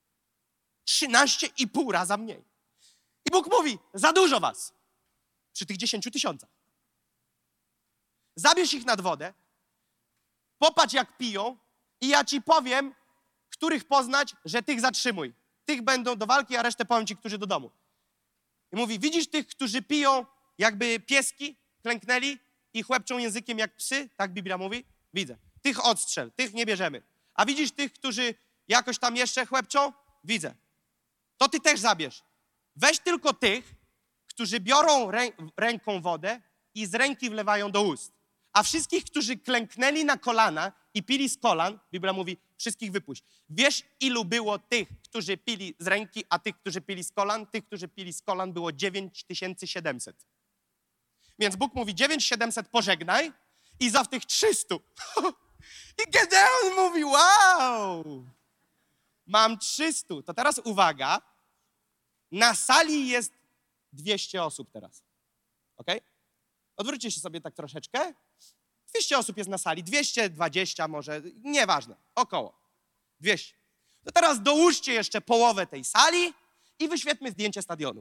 13,5 raza mniej. I Bóg mówi, za dużo was. Przy tych 10 000. Zabierz ich nad wodę, popatrz jak piją i ja ci powiem, których poznać, że tych zatrzymuj. Tych będą do walki, a resztę powiem ci, którzy do domu. I mówi, widzisz tych, którzy piją jakby pieski, klęknęli i chłepczą językiem jak psy, tak Biblia mówi? Widzę. Tych odstrzel, tych nie bierzemy. A widzisz tych, którzy jakoś tam jeszcze chłepczą? Widzę. To ty też zabierz. Weź tylko tych, którzy biorą ręką wodę i z ręki wlewają do ust. A wszystkich, którzy klęknęli na kolana i pili z kolan, Biblia mówi, wszystkich wypuść. Wiesz, ilu było tych, którzy pili z ręki, a tych, którzy pili z kolan? Tych, którzy pili z kolan było 9700. Więc Bóg mówi 9700 pożegnaj i za tych 300. I Gedeon mówi, wow, mam 300. To teraz uwaga, na sali jest 200 osób teraz. Ok? Odwróćcie się sobie tak troszeczkę. 200 osób jest na sali, 220 może, nieważne, około 200. To teraz dołóżcie jeszcze połowę tej sali i wyświetlmy zdjęcie stadionu.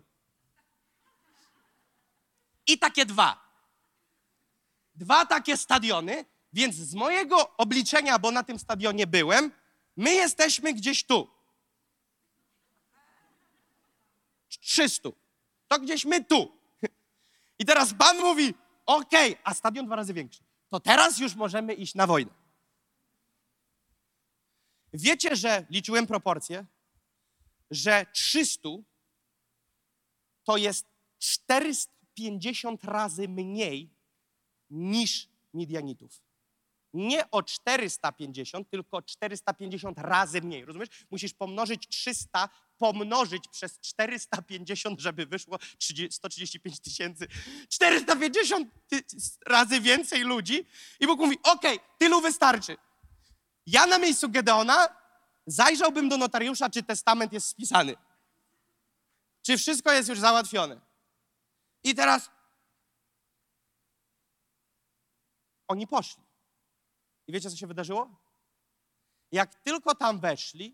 I takie dwa takie stadiony, więc z mojego obliczenia, bo na tym stadionie byłem, my jesteśmy gdzieś tu. 300. To gdzieś my tu. I teraz Pan mówi, okej, a stadion 2 razy większy. To teraz już możemy iść na wojnę. Wiecie, że liczyłem proporcje, że 300 to jest 450 razy mniej niż Midianitów. Nie o 450, tylko 450 razy mniej. Rozumiesz? Musisz pomnożyć 300, pomnożyć przez 450, żeby wyszło 135 tysięcy. 450 razy więcej ludzi. I Bóg mówi, okej, tylu wystarczy. Ja na miejscu Gedeona zajrzałbym do notariusza, czy testament jest spisany. Czy wszystko jest już załatwione. I teraz oni poszli. I wiecie, co się wydarzyło? Jak tylko tam weszli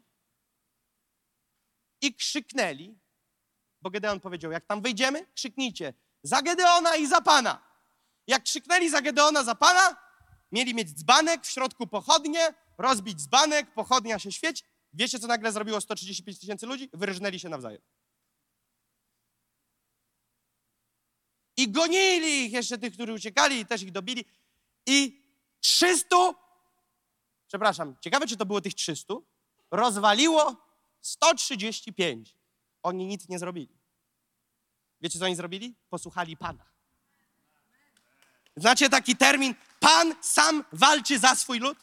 i krzyknęli, bo Gedeon powiedział, jak tam wejdziemy, krzyknijcie za Gedeona i za Pana. Jak krzyknęli za Gedeona, za Pana, mieli mieć dzbanek, w środku pochodnie, rozbić dzbanek, pochodnia się świeci. Wiecie, co nagle zrobiło 135 tysięcy ludzi? Wyrżnęli się nawzajem. I gonili ich jeszcze tych, którzy uciekali i też ich dobili. I 300, przepraszam, ciekawe, czy to było tych 300, rozwaliło 135. Oni nic nie zrobili. Wiecie, co oni zrobili? Posłuchali Pana. Znacie taki termin? Pan sam walczy za swój lud?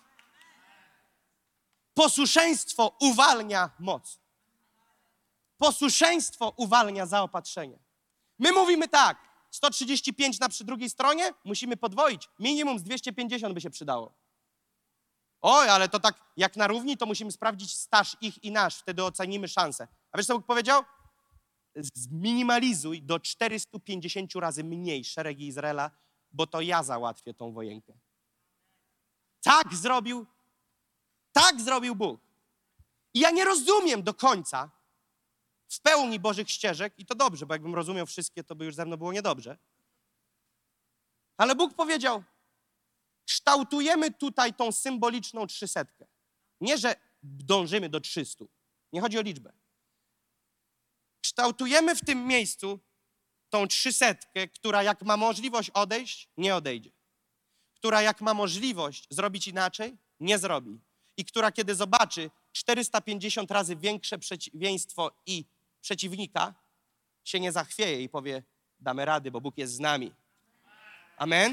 Posłuszeństwo uwalnia moc. Posłuszeństwo uwalnia zaopatrzenie. My mówimy tak, 135 przy drugiej stronie, musimy podwoić. Minimum z 250 by się przydało. Oj, ale to tak jak na równi, to musimy sprawdzić staż ich i nasz, wtedy ocenimy szansę. A wiesz, co Bóg powiedział? Zminimalizuj do 450 razy mniej szeregi Izraela, bo to ja załatwię tą wojenkę. Tak zrobił Bóg. I ja nie rozumiem do końca w pełni Bożych ścieżek i to dobrze, bo jakbym rozumiał wszystkie, to by już ze mną było niedobrze. Ale Bóg powiedział, kształtujemy tutaj tą symboliczną 300. Nie, że dążymy do 300. Nie chodzi o liczbę. Kształtujemy w tym miejscu tą 300, która jak ma możliwość odejść, nie odejdzie. Która jak ma możliwość zrobić inaczej, nie zrobi. I która kiedy zobaczy 450 razy większe przeciwieństwo i przeciwnika, się nie zachwieje i powie, damy rady, bo Bóg jest z nami. Amen?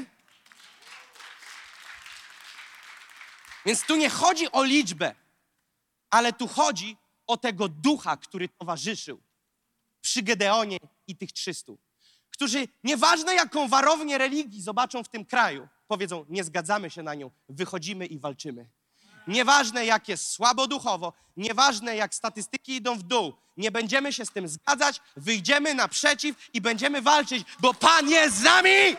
Więc tu nie chodzi o liczbę, ale tu chodzi o tego ducha, który towarzyszył przy Gedeonie i tych 300, którzy nieważne jaką warownię religii zobaczą w tym kraju, powiedzą, nie zgadzamy się na nią, wychodzimy i walczymy. Nieważne jak jest słabo duchowo, nieważne jak statystyki idą w dół, nie będziemy się z tym zgadzać, wyjdziemy naprzeciw i będziemy walczyć, bo Pan jest z nami!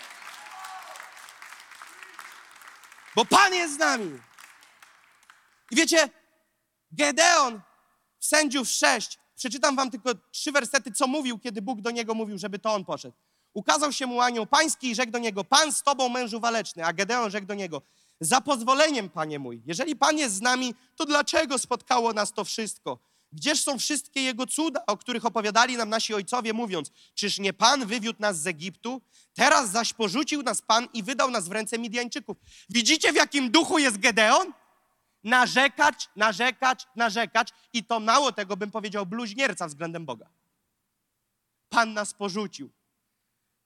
Bo Pan jest z nami! I wiecie, Gedeon w Sędziów 6, przeczytam wam tylko 3 wersety, co mówił, kiedy Bóg do niego mówił, żeby to on poszedł. Ukazał się mu anioł pański i rzekł do niego, Pan z tobą, mężu waleczny, a Gedeon rzekł do niego, za pozwoleniem, Panie mój, jeżeli Pan jest z nami, to dlaczego spotkało nas to wszystko? Gdzież są wszystkie Jego cuda, o których opowiadali nam nasi ojcowie, mówiąc, czyż nie Pan wywiódł nas z Egiptu? Teraz zaś porzucił nas Pan i wydał nas w ręce Midianczyków. Widzicie, w jakim duchu jest Gedeon? Narzekać, narzekać, narzekać i to mało tego, bym powiedział, bluźnierca względem Boga. Pan nas porzucił.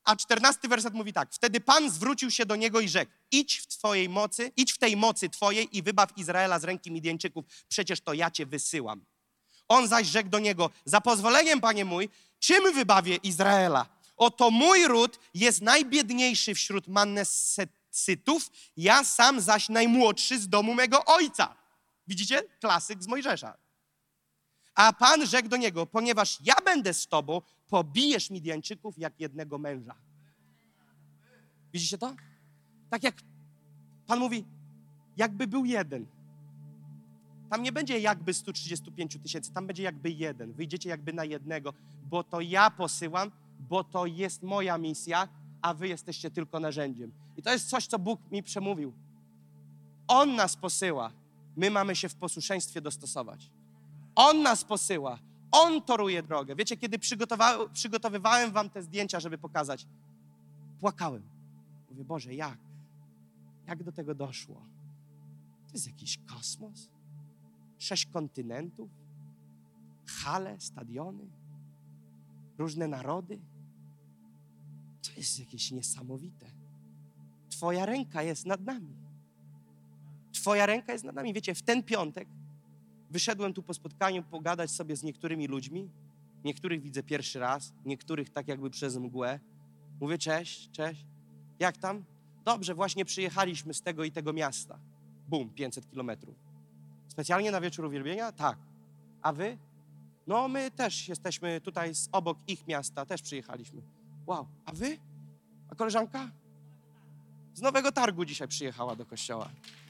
A 14 werset mówi tak. Wtedy Pan zwrócił się do niego i rzekł, idź w tej mocy twojej i wybaw Izraela z ręki Midjańczyków. Przecież to ja cię wysyłam. On zaś rzekł do niego, za pozwoleniem, panie mój, czym wybawię Izraela? Oto mój ród jest najbiedniejszy wśród Mannesytów, ja sam zaś najmłodszy z domu mego ojca. Widzicie? Klasyk z Mojżesza. A Pan rzekł do niego, ponieważ ja będę z tobą, pobijesz Midjańczyków jak jednego męża. Widzicie to? Tak jak Pan mówi, jakby był jeden. Tam nie będzie jakby 135 000, tam będzie jakby jeden. Wyjdziecie jakby na jednego, bo to ja posyłam, bo to jest moja misja, a wy jesteście tylko narzędziem. I to jest coś, co Bóg mi przemówił. On nas posyła, my mamy się w posłuszeństwie dostosować. On nas posyła, On toruje drogę. Wiecie, kiedy przygotowywałem wam te zdjęcia, żeby pokazać, płakałem. Mówię, Boże, jak? Jak do tego doszło? To jest jakiś kosmos? 6 kontynentów? Hale, stadiony? Różne narody? To jest jakieś niesamowite. Twoja ręka jest nad nami. Twoja ręka jest nad nami. Wiecie, w ten piątek wyszedłem tu po spotkaniu pogadać sobie z niektórymi ludźmi. Niektórych widzę pierwszy raz, niektórych tak jakby przez mgłę. Mówię, cześć. Jak tam? Dobrze, właśnie przyjechaliśmy z tego i tego miasta. Bum, 500 kilometrów. Specjalnie na wieczór uwielbienia? Tak. A wy? No, my też jesteśmy tutaj obok ich miasta, też przyjechaliśmy. Wow. A wy? A koleżanka? Z Nowego Targu dzisiaj przyjechała do kościoła.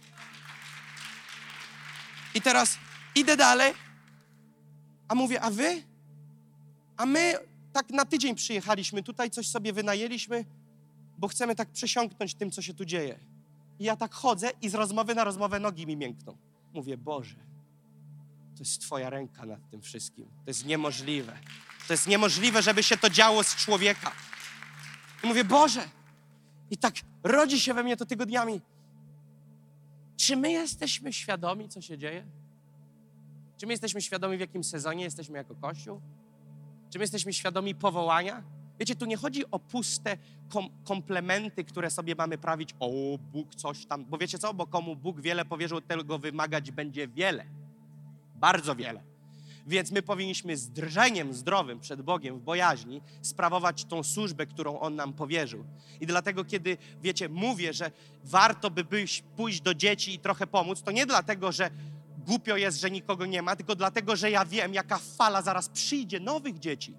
I teraz idę dalej, a mówię, a wy? A my tak na tydzień przyjechaliśmy, tutaj coś sobie wynajęliśmy, bo chcemy tak przesiąknąć tym, co się tu dzieje. I ja tak chodzę i z rozmowy na rozmowę nogi mi miękną. Mówię, Boże, to jest Twoja ręka nad tym wszystkim. To jest niemożliwe. To jest niemożliwe, żeby się to działo z człowieka. I mówię, Boże, i tak rodzi się we mnie to tygodniami. Czy my jesteśmy świadomi, co się dzieje? Czy my jesteśmy świadomi, w jakim sezonie jesteśmy jako Kościół? Czy my jesteśmy świadomi powołania? Wiecie, tu nie chodzi o puste komplementy, które sobie mamy prawić. O, Bóg coś tam. Bo wiecie co? Bo komu Bóg wiele powierzył, tego wymagać będzie wiele. Bardzo wiele. Więc my powinniśmy z drżeniem zdrowym przed Bogiem, w bojaźni, sprawować tą służbę, którą On nam powierzył. I dlatego, kiedy, wiecie, mówię, że warto by pójść do dzieci i trochę pomóc, to nie dlatego, że głupio jest, że nikogo nie ma, tylko dlatego, że ja wiem, jaka fala zaraz przyjdzie nowych dzieci.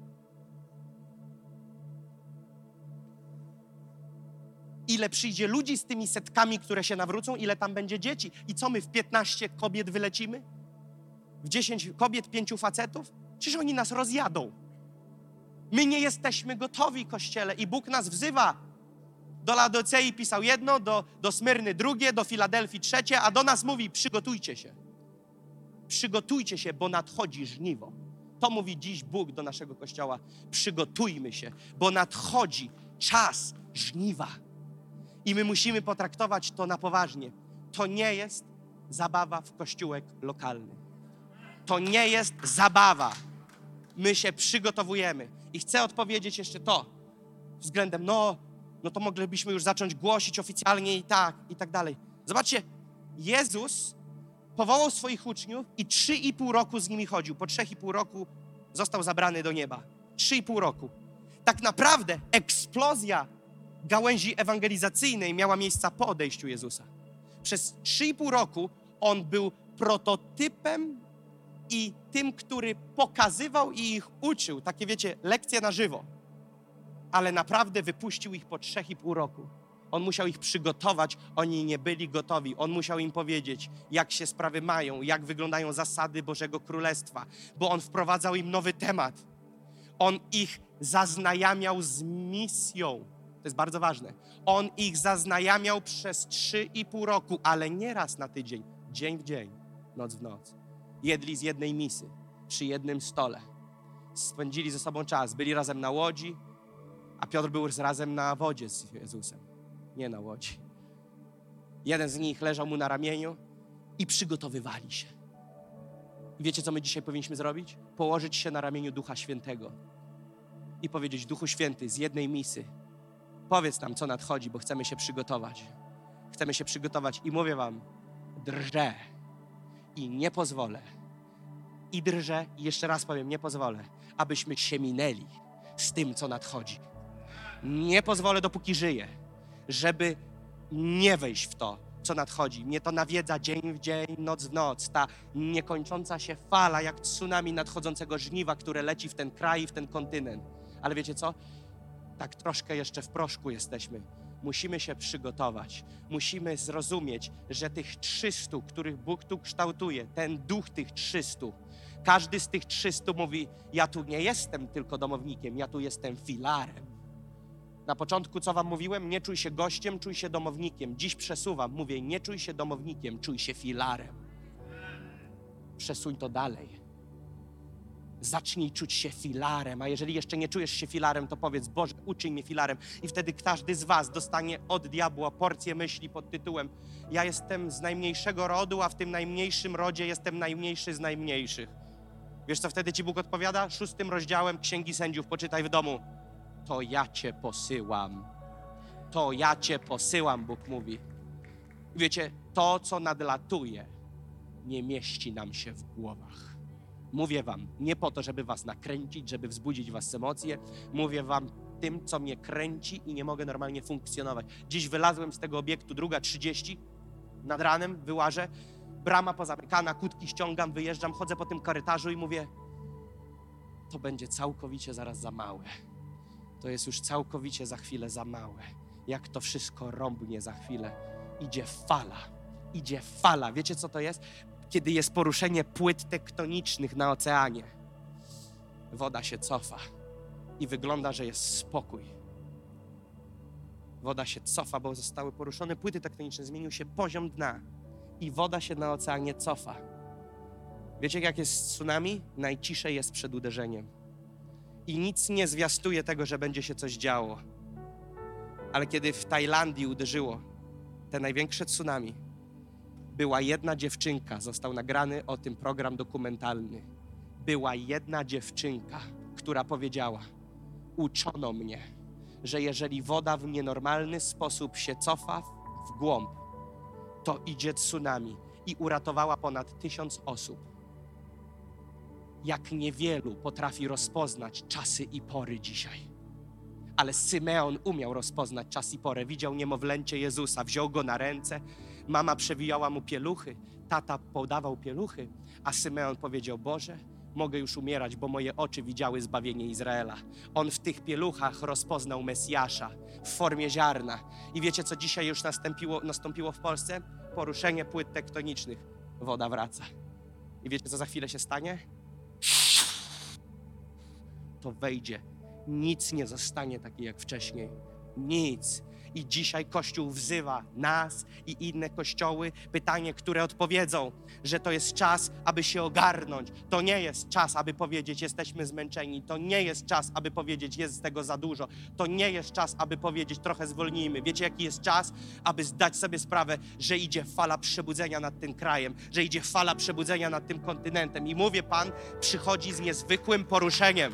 Ile przyjdzie ludzi z tymi setkami, które się nawrócą, ile tam będzie dzieci. I co my w 15 kobiet wylecimy? W 10 kobiet, 5 facetów? Przecież oni nas rozjadą. My nie jesteśmy gotowi, Kościele. I Bóg nas wzywa. Do Laodicei pisał jedno, do Smyrny drugie, do Filadelfii trzecie, a do nas mówi, przygotujcie się. Przygotujcie się, bo nadchodzi żniwo. To mówi dziś Bóg do naszego Kościoła. Przygotujmy się, bo nadchodzi czas żniwa. I my musimy potraktować to na poważnie. To nie jest zabawa w kościółek lokalny. To nie jest zabawa. My się przygotowujemy. I chcę odpowiedzieć jeszcze to względem, no to moglibyśmy już zacząć głosić oficjalnie i tak dalej. Zobaczcie, Jezus powołał swoich uczniów i 3,5 roku z nimi chodził. Po 3,5 roku został zabrany do nieba. 3,5 roku. Tak naprawdę eksplozja gałęzi ewangelizacyjnej miała miejsce po odejściu Jezusa. Przez 3,5 roku On był prototypem i tym, który pokazywał i ich uczył. Takie, wiecie, lekcje na żywo. Ale naprawdę wypuścił ich po 3,5 roku. On musiał ich przygotować, oni nie byli gotowi. On musiał im powiedzieć, jak się sprawy mają, jak wyglądają zasady Bożego Królestwa, bo On wprowadzał im nowy temat. On ich zaznajamiał z misją. To jest bardzo ważne. On ich zaznajamiał przez 3,5 roku, ale nie raz na tydzień, dzień w dzień, noc w noc. Jedli z jednej misy, przy jednym stole. Spędzili ze sobą czas, byli razem na łodzi, a Piotr był razem na wodzie z Jezusem, nie na łodzi. Jeden z nich leżał mu na ramieniu i przygotowywali się. I wiecie, co my dzisiaj powinniśmy zrobić? Położyć się na ramieniu Ducha Świętego i powiedzieć: Duchu Święty, z jednej misy powiedz nam, co nadchodzi, bo chcemy się przygotować. Chcemy się przygotować i mówię wam, drżę i nie pozwolę. I drżę i jeszcze raz powiem, nie pozwolę, abyśmy się minęli z tym, co nadchodzi. Nie pozwolę, dopóki żyję, żeby nie wejść w to, co nadchodzi. Mnie to nawiedza dzień w dzień, noc w noc. Ta niekończąca się fala, jak tsunami nadchodzącego żniwa, które leci w ten kraj i w ten kontynent. Ale wiecie co? Tak troszkę jeszcze w proszku jesteśmy. Musimy się przygotować. Musimy zrozumieć, że tych 300, których Bóg tu kształtuje, ten duch tych 300, każdy z tych 300 mówi: ja tu nie jestem tylko domownikiem, ja tu jestem filarem. Na początku co wam mówiłem? Nie czuj się gościem, czuj się domownikiem. Dziś przesuwam, mówię: nie czuj się domownikiem, czuj się filarem. Przesuń to dalej. Zacznij czuć się filarem, a jeżeli jeszcze nie czujesz się filarem, to powiedz: Boże, uczyń mnie filarem. I wtedy każdy z was dostanie od diabła porcję myśli pod tytułem: ja jestem z najmniejszego rodu, a w tym najmniejszym rodzie jestem najmniejszy z najmniejszych. Wiesz, co wtedy ci Bóg odpowiada? 6 rozdziałem Księgi Sędziów, poczytaj w domu. To ja cię posyłam. To ja cię posyłam, Bóg mówi. Wiecie, to, co nadlatuje, nie mieści nam się w głowach. Mówię wam, nie po to, żeby was nakręcić, żeby wzbudzić was emocje. Mówię wam tym, co mnie kręci i nie mogę normalnie funkcjonować. Dziś wylazłem z tego obiektu, 2:30, nad ranem wyłażę, brama pozamykana, kłódki ściągam, wyjeżdżam, chodzę po tym korytarzu i mówię: to będzie całkowicie zaraz za małe. To jest już całkowicie za chwilę za małe. Jak to wszystko rąbnie za chwilę. Idzie fala. Wiecie, co to jest? Kiedy jest poruszenie płyt tektonicznych na oceanie. Woda się cofa i wygląda, że jest spokój. Woda się cofa, bo zostały poruszone płyty tektoniczne, zmienił się poziom dna i woda się na oceanie cofa. Wiecie, jak jest tsunami? Najciszej jest przed uderzeniem. I nic nie zwiastuje tego, że będzie się coś działo. Ale kiedy w Tajlandii uderzyło te największe tsunami, była jedna dziewczynka, został nagrany o tym program dokumentalny. Była jedna dziewczynka, która powiedziała: uczono mnie, że jeżeli woda w nienormalny sposób się cofa w głąb, to idzie tsunami, i uratowała ponad 1000 osób. Jak niewielu potrafi rozpoznać czasy i pory dzisiaj. Ale Symeon umiał rozpoznać czas i porę. Widział niemowlęcie Jezusa, wziął go na ręce, mama przewijała mu pieluchy, tata podawał pieluchy, a Symeon powiedział: Boże, mogę już umierać, bo moje oczy widziały zbawienie Izraela. On w tych pieluchach rozpoznał Mesjasza w formie ziarna. I wiecie, co dzisiaj już nastąpiło w Polsce? Poruszenie płyt tektonicznych. Woda wraca. I wiecie, co za chwilę się stanie? To wejdzie. Nic nie zostanie takie jak wcześniej. Nic. I dzisiaj Kościół wzywa nas i inne kościoły. Pytanie, które odpowiedzą, że to jest czas, aby się ogarnąć. To nie jest czas, aby powiedzieć: jesteśmy zmęczeni. To nie jest czas, aby powiedzieć: jest tego za dużo. To nie jest czas, aby powiedzieć: trochę zwolnijmy. Wiecie, jaki jest czas? Aby zdać sobie sprawę, że idzie fala przebudzenia nad tym krajem, że idzie fala przebudzenia nad tym kontynentem. I mówię, Pan przychodzi z niezwykłym poruszeniem.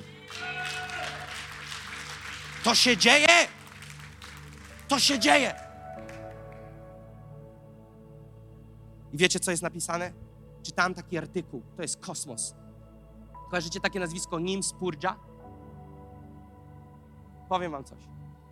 To się dzieje! To się dzieje! I wiecie, co jest napisane? Czytałem taki artykuł. To jest kosmos. Kojarzycie takie nazwisko Nim Spurgeon? Powiem wam coś.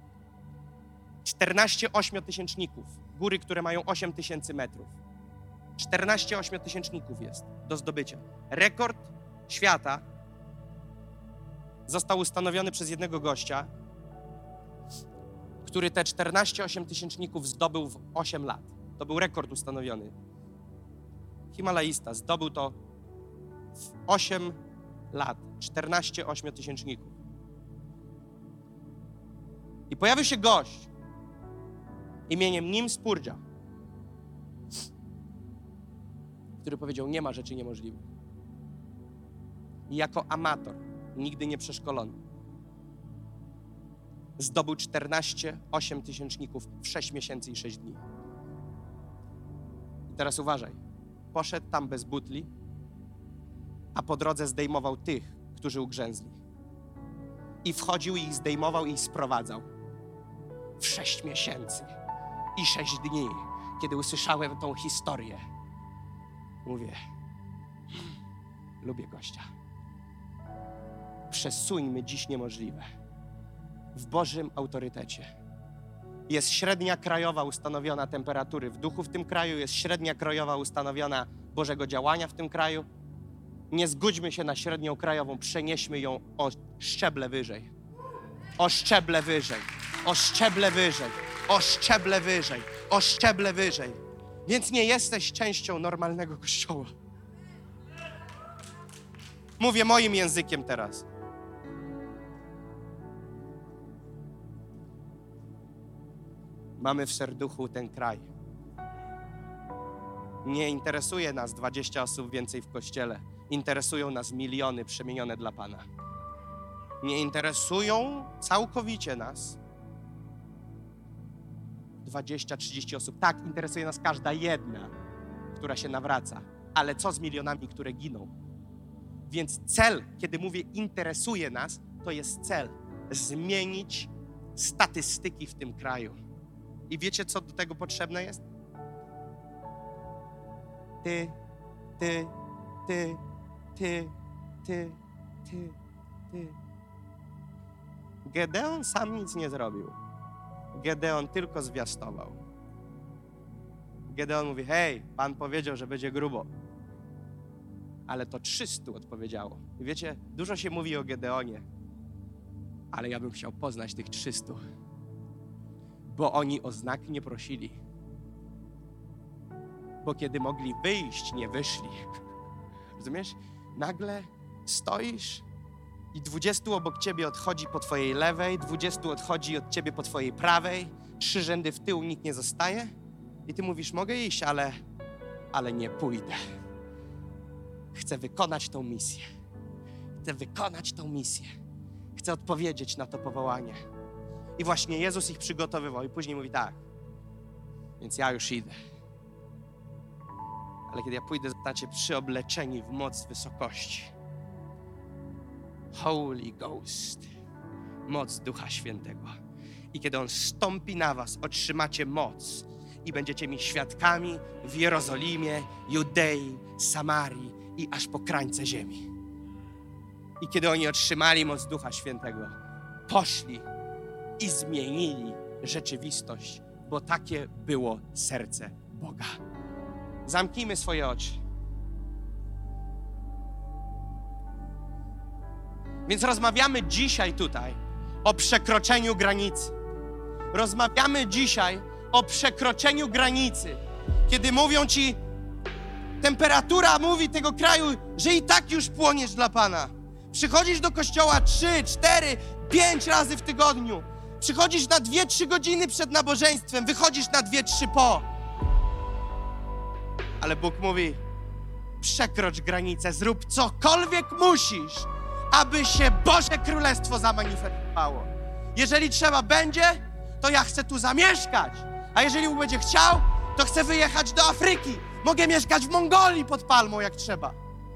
14 8-tysięczników. Góry, które mają 8000 metrów. 14 8-tysięczników jest do zdobycia. Rekord świata został ustanowiony przez jednego gościa, który te 14 8-tysięczników zdobył w 8 lat. To był rekord ustanowiony. Himalaista zdobył to w 8 lat. 14 8-tysięczników. I pojawił się gość imieniem Nim Spurgeon, który powiedział: nie ma rzeczy niemożliwych. I jako amator, nigdy nie przeszkolony, zdobył 14 8-tysięczników w 6 miesięcy i 6 dni. I teraz uważaj. Poszedł tam bez butli, a po drodze zdejmował tych, którzy ugrzęzli. I wchodził i ich zdejmował i ich sprowadzał. W 6 miesięcy i 6 dni, kiedy usłyszałem tą historię, mówię, lubię gościa. Przesuńmy dziś niemożliwe. W Bożym autorytecie. Jest średnia krajowa ustanowiona temperatury w duchu w tym kraju, jest średnia krajowa ustanowiona Bożego działania w tym kraju. Nie zgódźmy się na średnią krajową, przenieśmy ją o szczeble wyżej. O szczeble wyżej, o szczeble wyżej, o szczeble wyżej, o szczeble wyżej. Więc nie jesteś częścią normalnego kościoła. Mówię moim językiem teraz. Mamy w serduchu ten kraj. Nie interesuje nas 20 osób więcej w kościele. Interesują nas miliony przemienione dla Pana. Nie interesują całkowicie nas 20-30 osób. Tak, interesuje nas każda jedna, która się nawraca. Ale co z milionami, które giną? Więc cel, kiedy mówię interesuje nas, to jest cel zmienić statystyki w tym kraju. I wiecie, co do tego potrzebne jest? Ty. Gedeon sam nic nie zrobił. Gedeon tylko zwiastował. Gedeon mówi, hej, Pan powiedział, że będzie grubo. Ale to 300 odpowiedziało. I wiecie, dużo się mówi o Gedeonie, ale ja bym chciał poznać tych 300. Bo oni o znak nie prosili. Bo kiedy mogli wyjść, nie wyszli. Rozumiesz? Nagle stoisz i 20 obok ciebie odchodzi po twojej lewej, 20 odchodzi od ciebie po twojej prawej, 3 rzędy w tył, nikt nie zostaje. I ty mówisz, mogę iść, ale nie pójdę. Chcę wykonać tą misję. Chcę wykonać tą misję. Chcę odpowiedzieć na to powołanie. I właśnie Jezus ich przygotowywał i później mówi tak, więc ja już idę. Ale kiedy ja pójdę, zostacie przyobleczeni w moc wysokości. Holy Ghost, moc Ducha Świętego. I kiedy On stąpi na was, otrzymacie moc i będziecie mi świadkami w Jerozolimie, Judei, Samarii i aż po krańce ziemi. I kiedy oni otrzymali moc Ducha Świętego, poszli i zmienili rzeczywistość, bo takie było serce Boga. Zamknijmy swoje oczy. Więc rozmawiamy dzisiaj tutaj o przekroczeniu granicy. Rozmawiamy dzisiaj o przekroczeniu granicy. Kiedy mówią ci, temperatura mówi tego kraju, że i tak już płoniesz dla Pana. Przychodzisz do kościoła 3, 4, 5 razy w tygodniu. Przychodzisz na 2-3 godziny przed nabożeństwem, wychodzisz na 2-3 po. Ale Bóg mówi, przekrocz granicę, zrób cokolwiek musisz, aby się Boże Królestwo zamanifestowało. Jeżeli trzeba będzie, to ja chcę tu zamieszkać. A jeżeli Bóg będzie chciał, to chcę wyjechać do Afryki. Mogę mieszkać w Mongolii pod palmą, jak trzeba.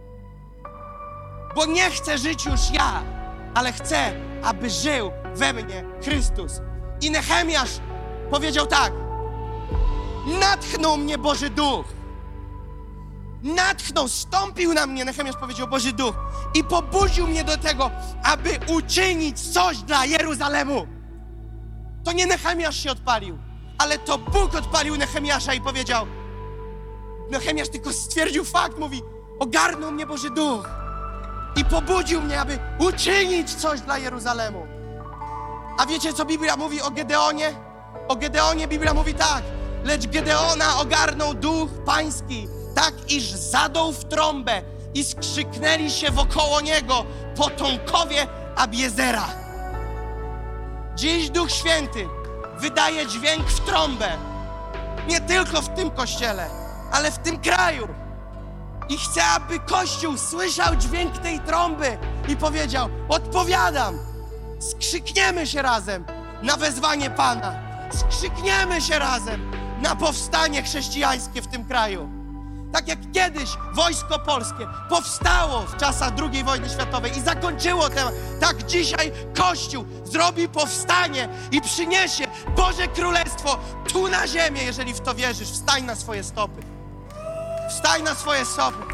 Bo nie chcę żyć już ja, ale chcę, aby żył we mnie Chrystus. I Nehemiasz powiedział tak, natchnął mnie Boży Duch. Natchnął, stąpił na mnie, Nehemiasz powiedział, Boży Duch i pobudził mnie do tego, aby uczynić coś dla Jeruzalemu. To nie Nehemiasz się odpalił, ale to Bóg odpalił Nehemiasza i powiedział, Nehemiasz tylko stwierdził fakt, mówi, ogarnął mnie Boży Duch i pobudził mnie, aby uczynić coś dla Jeruzalemu. A wiecie, co Biblia mówi o Gedeonie? O Gedeonie Biblia mówi tak, lecz Gedeona ogarnął Duch Pański, tak iż zadął w trąbę i skrzyknęli się wokoło niego potomkowie Abiezera. Dziś Duch Święty wydaje dźwięk w trąbę. Nie tylko w tym kościele, ale w tym kraju. I chcę, aby Kościół słyszał dźwięk tej trąby i powiedział, odpowiadam. Skrzykniemy się razem na wezwanie Pana. Skrzykniemy się razem na powstanie chrześcijańskie w tym kraju. Tak jak kiedyś Wojsko Polskie powstało w czasach II wojny światowej i zakończyło temat, tak dzisiaj Kościół zrobi powstanie i przyniesie Boże Królestwo tu na ziemię, jeżeli w to wierzysz. Wstań na swoje stopy. Wstań na swoje stopy.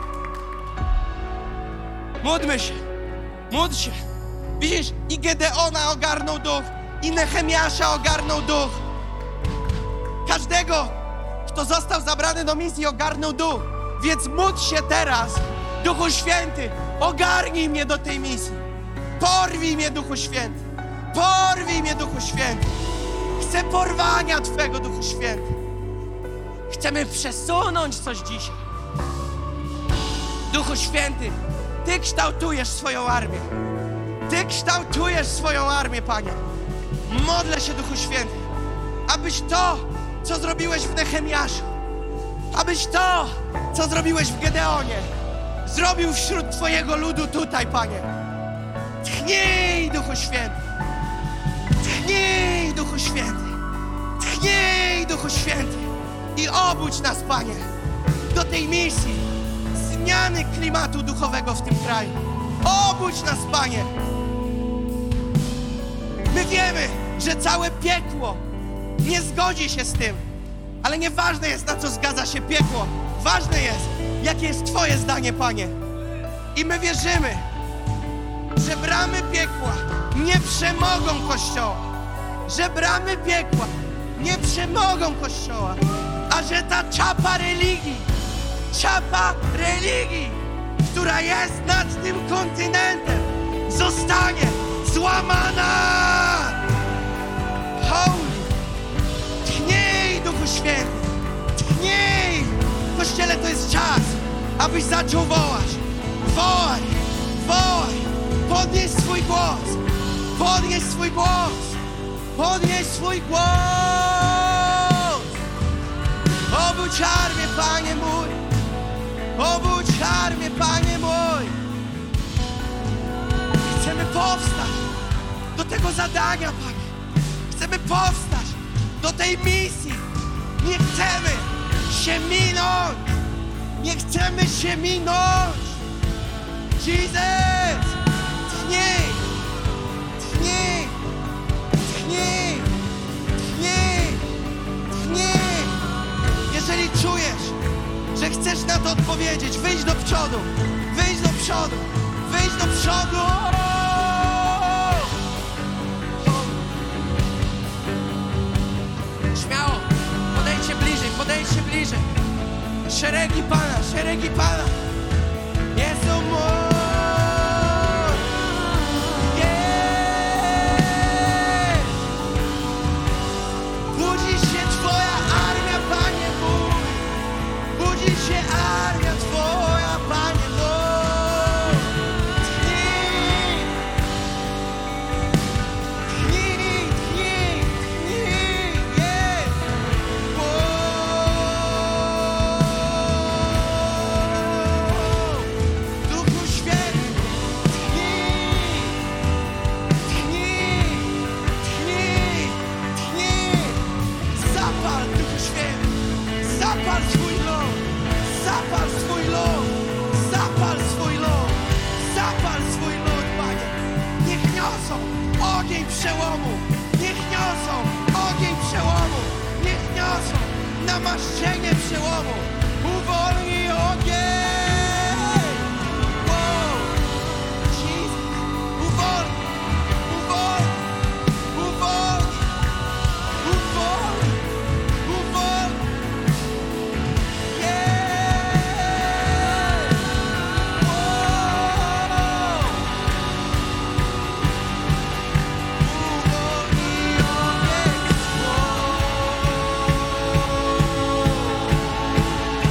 Módlmy się. Módl się. Widzisz, i Gedeona ogarnął duch, i Nehemiasza ogarnął duch. Każdego, kto został zabrany do misji, ogarnął duch. Więc módl się teraz, Duchu Święty, ogarnij mnie do tej misji. Porwij mnie, Duchu Święty. Porwij mnie, Duchu Święty. Chcę porwania Twego, Duchu Święty. Chcemy przesunąć coś dzisiaj. Duchu Święty, Ty kształtujesz swoją armię. Ty kształtujesz swoją armię, Panie. Modlę się, Duchu Święty, abyś to, co zrobiłeś w Nehemiaszu, abyś to, co zrobiłeś w Gedeonie, zrobił wśród Twojego ludu tutaj, Panie. Tchnij, Duchu Święty. Tchnij, Duchu Święty. Tchnij, Duchu Święty. I obudź nas, Panie, do tej misji zmiany klimatu duchowego w tym kraju. Obudź nas, Panie. My wiemy, że całe piekło nie zgodzi się z tym, ale nieważne jest, na co zgadza się piekło. Ważne jest, jakie jest Twoje zdanie, Panie. I my wierzymy, że bramy piekła nie przemogą Kościoła. Że bramy piekła nie przemogą Kościoła. A że ta czapa religii, która jest nad tym kontynentem, zostanie złamana. Holy! Tchnij, Duchu Święty! Tchnij! Kościele, to jest czas, abyś zaczął wołać. Wołaj! Wołaj! Podnieś swój głos! Podnieś swój głos! Podnieś swój głos! Obudź armię, Panie mój! Obudź armię, Panie mój! Chcemy powstać do tego zadania, Panie. Chcemy powstać do tej misji. Nie chcemy się minąć. Nie chcemy się minąć. Jesus! Tchnij! Tchnij! Tchnij! Tchnij! Tchnij! Jeżeli czujesz, że chcesz na to odpowiedzieć, wyjdź do przodu. Wyjdź do przodu. Wyjdź do przodu. Śmiało. Podejdźcie bliżej, podejdźcie bliżej. Szeregi Pana, szeregi Pana. Jezu mój. Budzi się Twoja armia, Panie mój. Budzi się armia Twoja, Panie mój. Tchnij. Tchnij, tchnij, tchnij. Jest. Duchu Święty, tchnij. Tchnij, tchnij, tchnij. Zapal, Duchu Święty. Zapal swój lód. Zapal swój lód. Zapal swój lód. Zapal swój lód, Panie. Niech niosą ogień przełomu. Niech niosą ogień przełomu. Niech niosą namaszczenie przełomu. Uwolnij ogień. Wow. Jesus. Uwolnij. Uwolnij. Uwolnij. Uwolnij. Uwolnij. Yeah. Wow. Uwolnij ogień.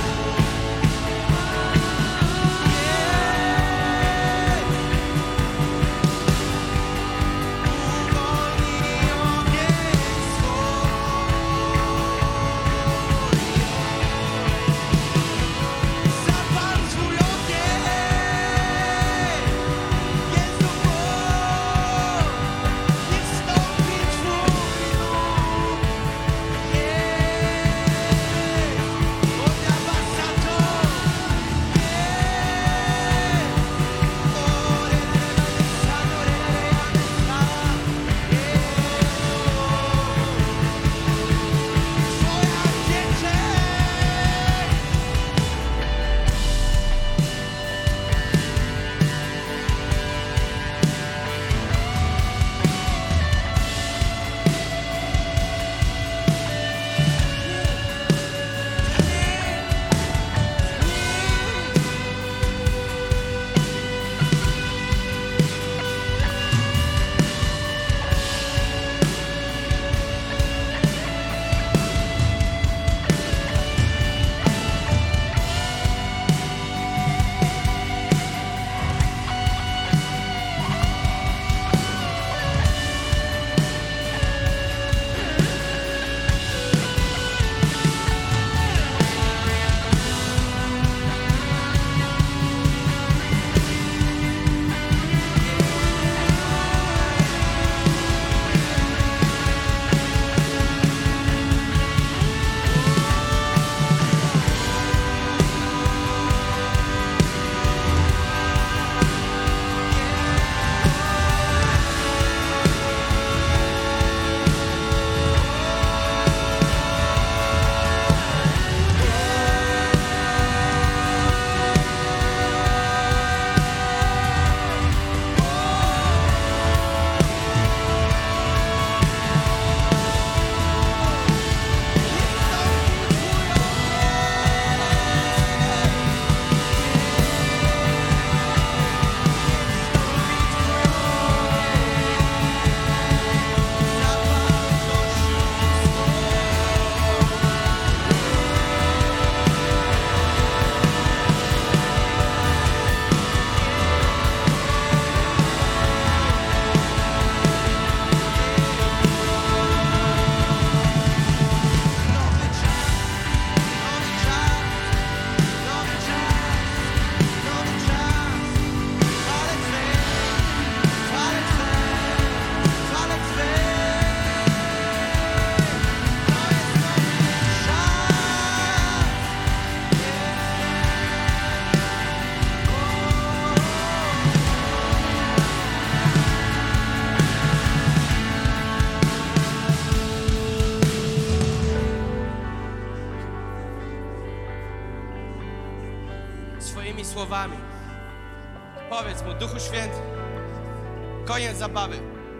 swoimi słowami. Powiedz mu, Duchu Święty, koniec zabawy.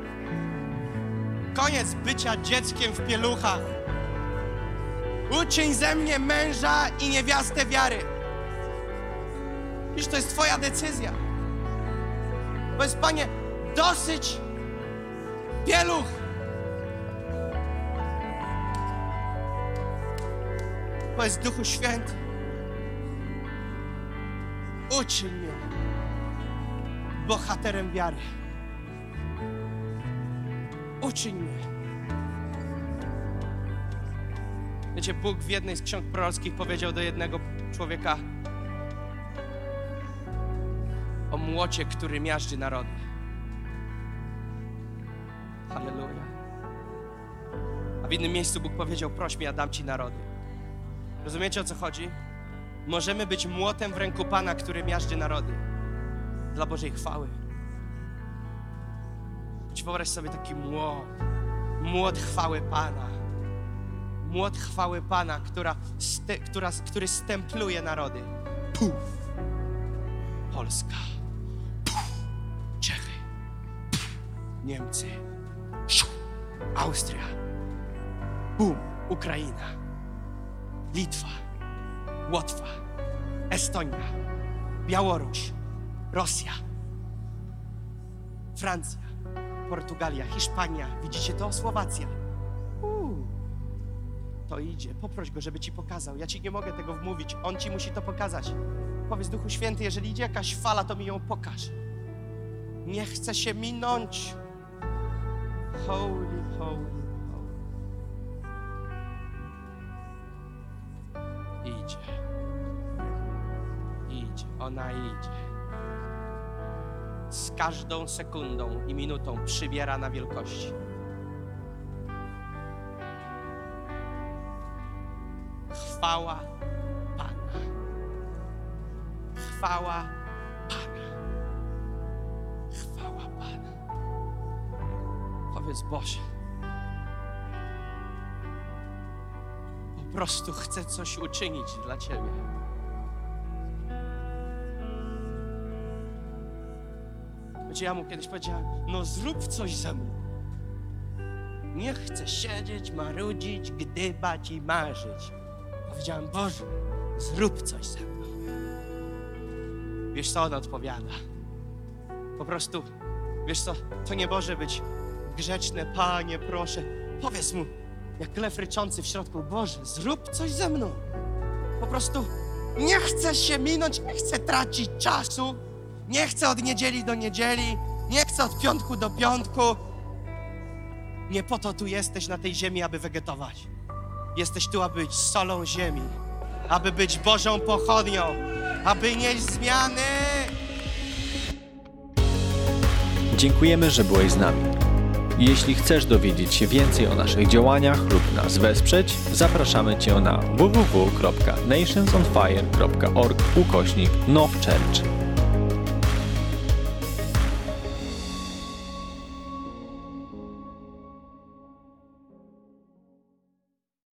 Koniec bycia dzieckiem w pieluchach. Uczyń ze mnie męża i niewiastę wiary. Wiesz, to jest Twoja decyzja. Powiedz, Panie, dosyć pieluch. Powiedz, Duchu Święty, uczyń mnie bohaterem wiary. Uczyń mnie. Wiecie, Bóg w jednej z ksiąg prorockich powiedział do jednego człowieka o młocie, który miażdży narody. Halleluja. A w innym miejscu Bóg powiedział, proś mnie, a dam ci narody. Rozumiecie, o co chodzi? Możemy być młotem w ręku Pana, który miażdży narody dla Bożej chwały. Wyobraź sobie taki młot chwały Pana. Młot chwały Pana, który stempluje narody. Puf! Polska. Puf! Czechy. Puf! Niemcy. Austria. Bum! Ukraina. Litwa. Łotwa. Estonia. Białoruś. Rosja. Francja. Portugalia. Hiszpania. Widzicie to? Słowacja. To idzie. Poproś Go, żeby Ci pokazał. Ja Ci nie mogę tego wmówić. On Ci musi to pokazać. Powiedz, Duchu Święty, jeżeli idzie jakaś fala, to mi ją pokaż. Nie chcę się minąć. Holy, holy, holy. Idzie. Idzie. Ona idzie. Z każdą sekundą i minutą przybiera na wielkości. Chwała Pana. Chwała Pana. Chwała Pana. Powiedz, Boże, po prostu chcę coś uczynić dla Ciebie. Wiecie, ja mu kiedyś powiedziałem, no zrób coś ze mną. Nie chcę siedzieć, marudzić, gdybać i marzyć. Powiedziałem, Boże, zrób coś ze mną. Wiesz co on odpowiada? Po prostu, wiesz co, to nie może być grzeczne, Panie, proszę. Powiedz mu, jak lew ryczący w środku, Boże, zrób coś ze mną. Po prostu nie chcę się minąć, nie chcę tracić czasu, nie chcę od niedzieli do niedzieli, nie chcę od piątku do piątku. Nie po to tu jesteś na tej ziemi, aby wegetować. Jesteś tu, aby być solą ziemi, aby być Bożą pochodnią, aby nieść zmiany. Dziękujemy, że byłeś z nami. Jeśli chcesz dowiedzieć się więcej o naszych działaniach lub nas wesprzeć, zapraszamy Cię na www.nationsonfire.org/nowchurch.